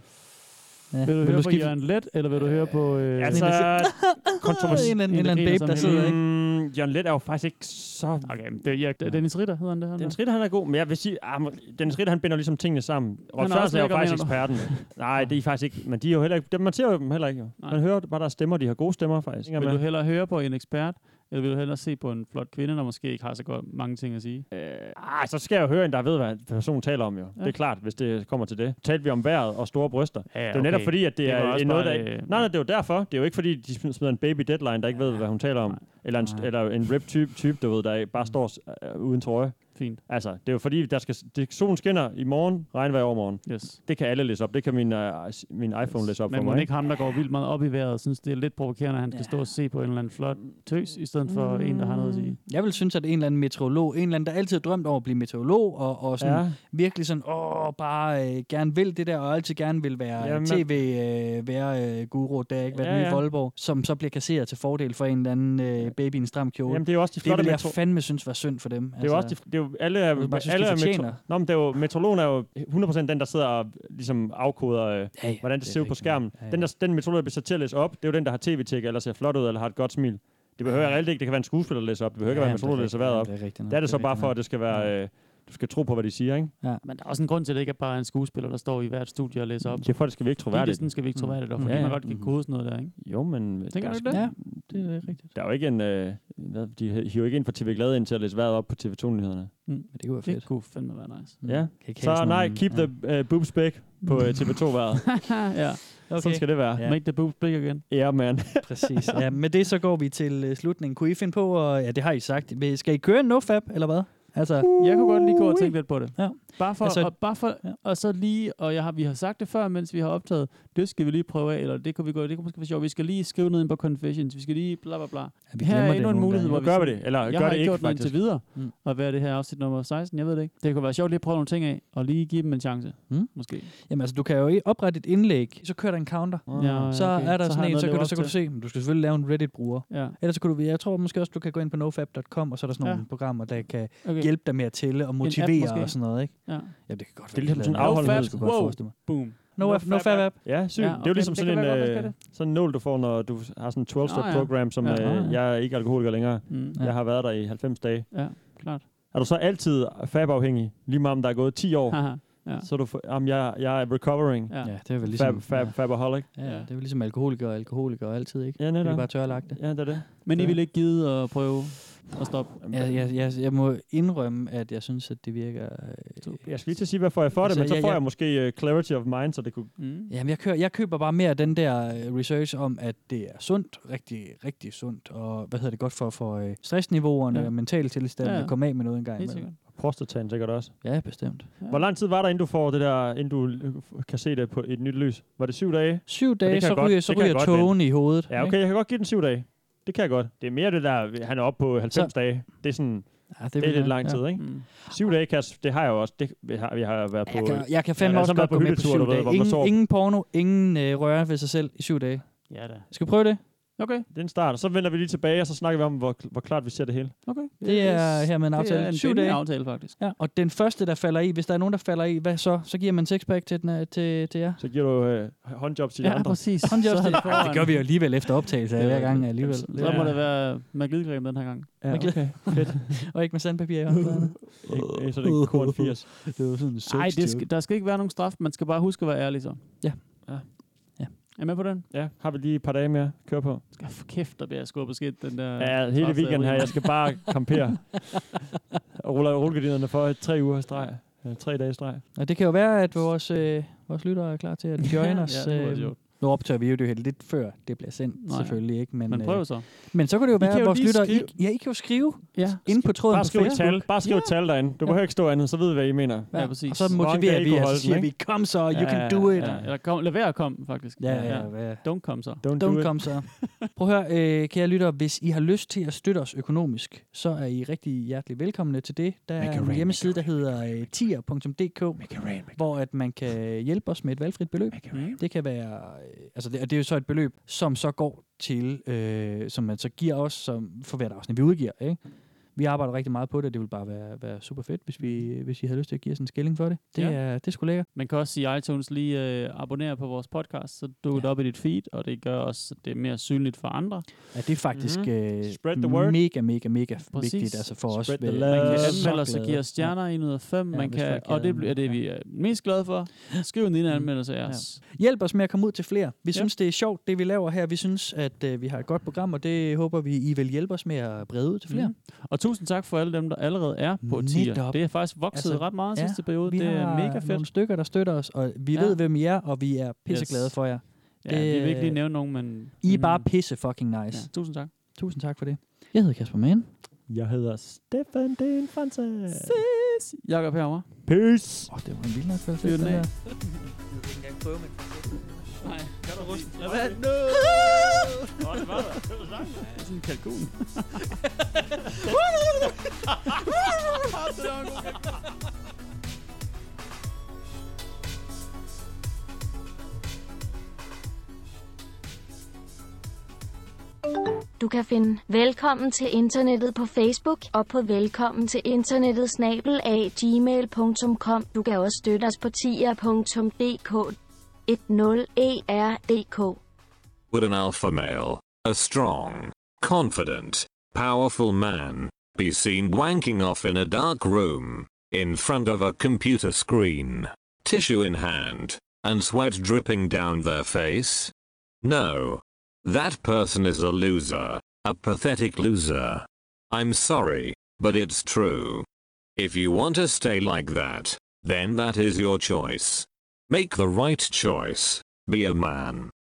D: Ja. Vil du høre på Jørgen Let, eller vil du høre på...
E: kontroversielt.
C: En eller anden babe, der sidder, ikke?
E: Jørgen Let er jo faktisk ikke så...
D: Okay, Dennis Ritter hedder han det her.
E: Dennis Ritter, han er god, men jeg vil sige... Dennis Ritter, han binder ligesom tingene sammen. Rolf Sørensen er jo faktisk eksperten. Nej, det er faktisk ikke... Men de er jo heller ikke... Man ser jo dem heller ikke. Man hører bare, der stemmer. De har gode stemmer, faktisk.
D: Vil du hellere høre på en ekspert, eller vil du hellere se på en flot kvinde, der måske ikke har så godt mange ting at sige?
E: Så skal jeg jo høre en, der ved, hvad personen taler om, jo. Ja. Det er klart, hvis det kommer til det. Talte vi om vejret og store bryster. Ja, det er jo netop fordi, at det er noget, der... Nej, det er jo derfor. Det er jo ikke fordi, de smider en baby deadline, der ikke ved, hvad hun taler om. Eller en rip-type, du ved, der bare står uden trøje.
D: Fint.
E: Altså, det er jo fordi, solen skinner i morgen, regnvejr i overmorgen.
D: Yes.
E: Det kan alle læse op. Det kan min iPhone læse op
D: men
E: for mig.
D: Men ikke ham, der går vildt meget op i vejret, synes det er lidt provokerende, at han skal stå og se på en eller anden flot tøs, i stedet for en, der har noget at sige.
C: Jeg vil synes, at en eller anden meteorolog, en eller anden, der altid har drømt over at blive meteorolog, og sådan virkelig sådan, bare gerne vil det der, og altid gerne vil være tv-guru, der ikke været i Voldborg, som så bliver kasseret til fordel for en eller anden baby i en stram kjole.
E: Jamen, det er jo også de flotte
C: det vil jeg fandme synes var synd for dem.
E: Det er jo også alle er men det er jo meteorologen er jo 100% den, der sidder og ligesom afkoder hvordan det ser ud på skærmen. Den meteorolog, der bliver sat til at læse op, det er jo den, der har tv-tjek eller ser flot ud eller har et godt smil. Det behøver reelt ikke. Det kan være en skuespiller, der læser op. Det behøver ikke være en meteorolog, der læser vejret op. Det er det så bare for, at det skal være... Du skal tro på, hvad de siger, ikke?
D: Ja. Men der er også en grund til, at det ikke er bare en skuespiller, der står i hvert studie og læser op.
E: Det er for, det skal vi ikke troværdigt.
D: Det skal vi ikke troværdigt, fordi man godt kan kode sådan noget der, ikke?
E: Jo, men...
D: Tænker du ikke det?
C: Ja, det er rigtigt.
E: Der er jo ikke en... de hiver ikke ind for TV Glade ind til at læse vejret op på TV2-nyhederne.
C: Det kunne være fedt.
D: Det kunne fandme være nice.
E: Ja. Så nej, keep the boobs big på TV2-vejret.
D: Ja.
E: Okay. Sådan skal det være.
D: Yeah. Make the boobs big again.
E: Ja, man.
C: Præcis. Ja, med det så går vi til slutningen. Kunne I finde på, og det har I sagt, skal I køre en nofab, eller hvad? Altså,
D: jeg kunne godt lige gå og tænke lidt på det.
C: Ja.
D: Bare for og så lige, og vi har sagt det før, mens vi har optaget, det skal vi lige prøve af, eller det kunne måske være sjovt. Vi skal lige skrive noget ind på Confessions, vi skal lige bla bla bla.
C: Ja,
D: her er endnu en mulighed, hvor
E: gør vi det, eller
D: jeg
E: gør
D: har
E: det
D: ikke gjort noget indtil videre,
E: og
D: hvad er det her afsnit nummer 16, jeg ved det ikke. Det kunne være sjovt lige at prøve nogle ting af, og lige give dem en chance, måske.
C: Jamen altså, du kan jo oprette et indlæg, så kører der en counter, så er der sådan en, så kan du se, du skal selvfølgelig lave en Reddit-bruger.
D: Ja.
C: Ellers så kan du, jeg tror måske også, du kan gå ind på nofab.com, og så er der sådan nogle programmer, der kan hjælpe dig med at tælle og motivere og sådan noget, ikke?
D: Ja.
C: Ja, det kan godt
E: være. Det er ligesom sådan en afholdenhed.
D: Boom.
C: Nofab app.
E: Ja, sygt. Det er jo ligesom sådan en nål, du får, når du har sådan en 12-step-program, som jeg er ikke alkoholiker længere. Jeg har været der i 90 dage.
D: Ja, klart.
E: Er du så altid fab-afhængig, lige meget om der er gået 10 år?
D: Ja.
E: Så du jeg er recovering.
C: Ja, det er vel ligesom
E: fabaholic.
C: Ja, det er vel ligesom alkoholiker altid, ikke?
E: Ja, netop.
C: Det er bare tørlagt det.
E: Ja, det er det.
D: Men I vil ikke gide at prøve at stoppe?
C: Jeg må indrømme, at jeg synes, at det virker...
E: Jeg skal lige til at sige, hvad får jeg for det, men så får jeg måske clarity of mind, så det kunne...
C: Jamen, jeg køber bare mere den der research om, at det er sundt, rigtig, rigtig sundt, og godt for stressniveauerne og mentale tilstanden at komme af med noget engang.
E: Prostataen sikkert også.
C: Ja, bestemt.
E: Ja. Hvor lang tid var der, inden du får det der, inden du kan se det på et nyt lys? Var det 7 dage?
C: 7 dage, så ryger togen i hovedet.
E: Ja, okay, jeg kan godt give den 7 dage. Det kan jeg godt. Det er mere det der, han er oppe på 90 dage. Det er sådan... Ja, det er lidt lang tid, ikke? 7 dage, det har jeg jo også. Vi har været på...
C: Jeg kan fandme også godt gå med på 7 dage. Ingen porno, ingen røre ved sig selv i 7 dage.
E: Ja da.
C: Skal vi prøve det?
E: Okay. Det er en start. Så vender vi lige tilbage, og så snakker vi om, hvor klart vi ser det hele.
D: Okay.
C: Det er her med en aftale.
D: Det er en
C: 7 dage.
D: aftale, faktisk.
C: Ja, og den første, der falder i, hvis der er nogen, der falder i, hvad så? Så giver man sixpack til jer.
E: Så giver du håndjobs til de andre.
C: Ja, præcis. Håndjobs til det gør vi jo alligevel efter optagelse hver gang alligevel.
D: Så må det være med glidecreme den her gang.
E: Ja, okay. Fedt.
C: Og ikke med sandpapir.
E: Så det er korn 80.
C: Det er jo sådan en
D: Nej, der skal ikke være nogen straf. Man skal bare huske at være ærlig så.
C: Ja.
D: Er med på den?
E: Ja, har vi lige et par dage mere at køre på.
D: Skal jeg få kæft, der bliver skubbet skidt, den der...
E: Ja, hele weekenden her, jeg skal bare campere. Og rulle rullegardinerne for 3 uger streg. 3 dage streg.
C: Og det kan jo være, at vores lyttere er klar til at join os. Nu optager vi jo det lidt før det bliver sendt, selvfølgelig ikke. Men
D: prøv så.
C: Men så kunne det jo være, at vores lyttere... I kan jo skrive inde på tråden på Facebook.
E: Bare skriv tal derinde. Du behøver ikke stå andet, så ved vi, hvad I mener.
D: Ja, præcis.
C: Og så motiverer vi, og så siger vi, kom så, you can do it.
D: Eller lad være at komme, faktisk.
C: Ja.
D: Don't come så.
C: Don't come så. Prøv at høre, kære lyttere, hvis I har lyst til at støtte os økonomisk, så er I rigtig hjertelig velkomne til det. Der er en hjemmeside, der hedder tier.dk, hvor at man kan hjælpe os med et valgfrit beløb. Det kan være... Altså det er jo så et beløb, som så går til, som man så giver os for hvert afsnit, vi udgiver, ikke? Vi arbejder rigtig meget på det, det vil bare være super fedt, hvis I havde lyst til at give os en skilling for det. Det er sgu lækkert.
D: Man kan også sige, iTunes lige abonnere på vores podcast, så dukker det op i dit feed, og det gør også, at det er mere synligt for andre.
C: Ja, det er faktisk mega vigtigt altså for os.
D: Man kan anmelde os og give os stjerner 1 ud af 5, man kan, og det er det, vi er mest glade for. Skriv en lille anmeldelse af os.
C: Hjælp os med at komme ud til flere. Vi synes, det er sjovt, det vi laver her. Vi synes, at vi har et godt program, og det håber vi, I vil hjælpe os med at brede ud til flere.
D: Og tusind tak for alle dem, der allerede er på tier. Det er faktisk vokset ret meget sidste periode. Det er mega fedt.
C: Nogle stykker, der støtter os, og vi ved, hvem I er, og vi er pisseglade for jer.
D: Ja, vi vil ikke lige nævne nogen, men...
C: I er bare pisse fucking nice.
D: Ja, tusind tak.
C: Tusind tak for det. Jeg hedder Kasper Mann.
E: Jeg hedder Stefan Den Fransen.
D: Ses. Jakob herovre.
E: Peace.
C: Det var en vild nok følelse.
D: Fyr den af.
C: Jeg kan ikke engang prøve, men...
D: Nej, kan du ruste? Lad være. No! Det var der. Det var sådan en kalkun.
B: Du kan finde Velkommen til Internettet på Facebook og på velkommen til internettet @gmail.com. Du kan også støtte os på tier.dk 10ERDK.
L: Would an alpha male, a strong, confident, powerful man, be seen wanking off in a dark room, in front of a computer screen, tissue in hand, and sweat dripping down their face? No. That person is a loser, a pathetic loser. I'm sorry, but it's true. If you want to stay like that, then that is your choice. Make the right choice. Be a man.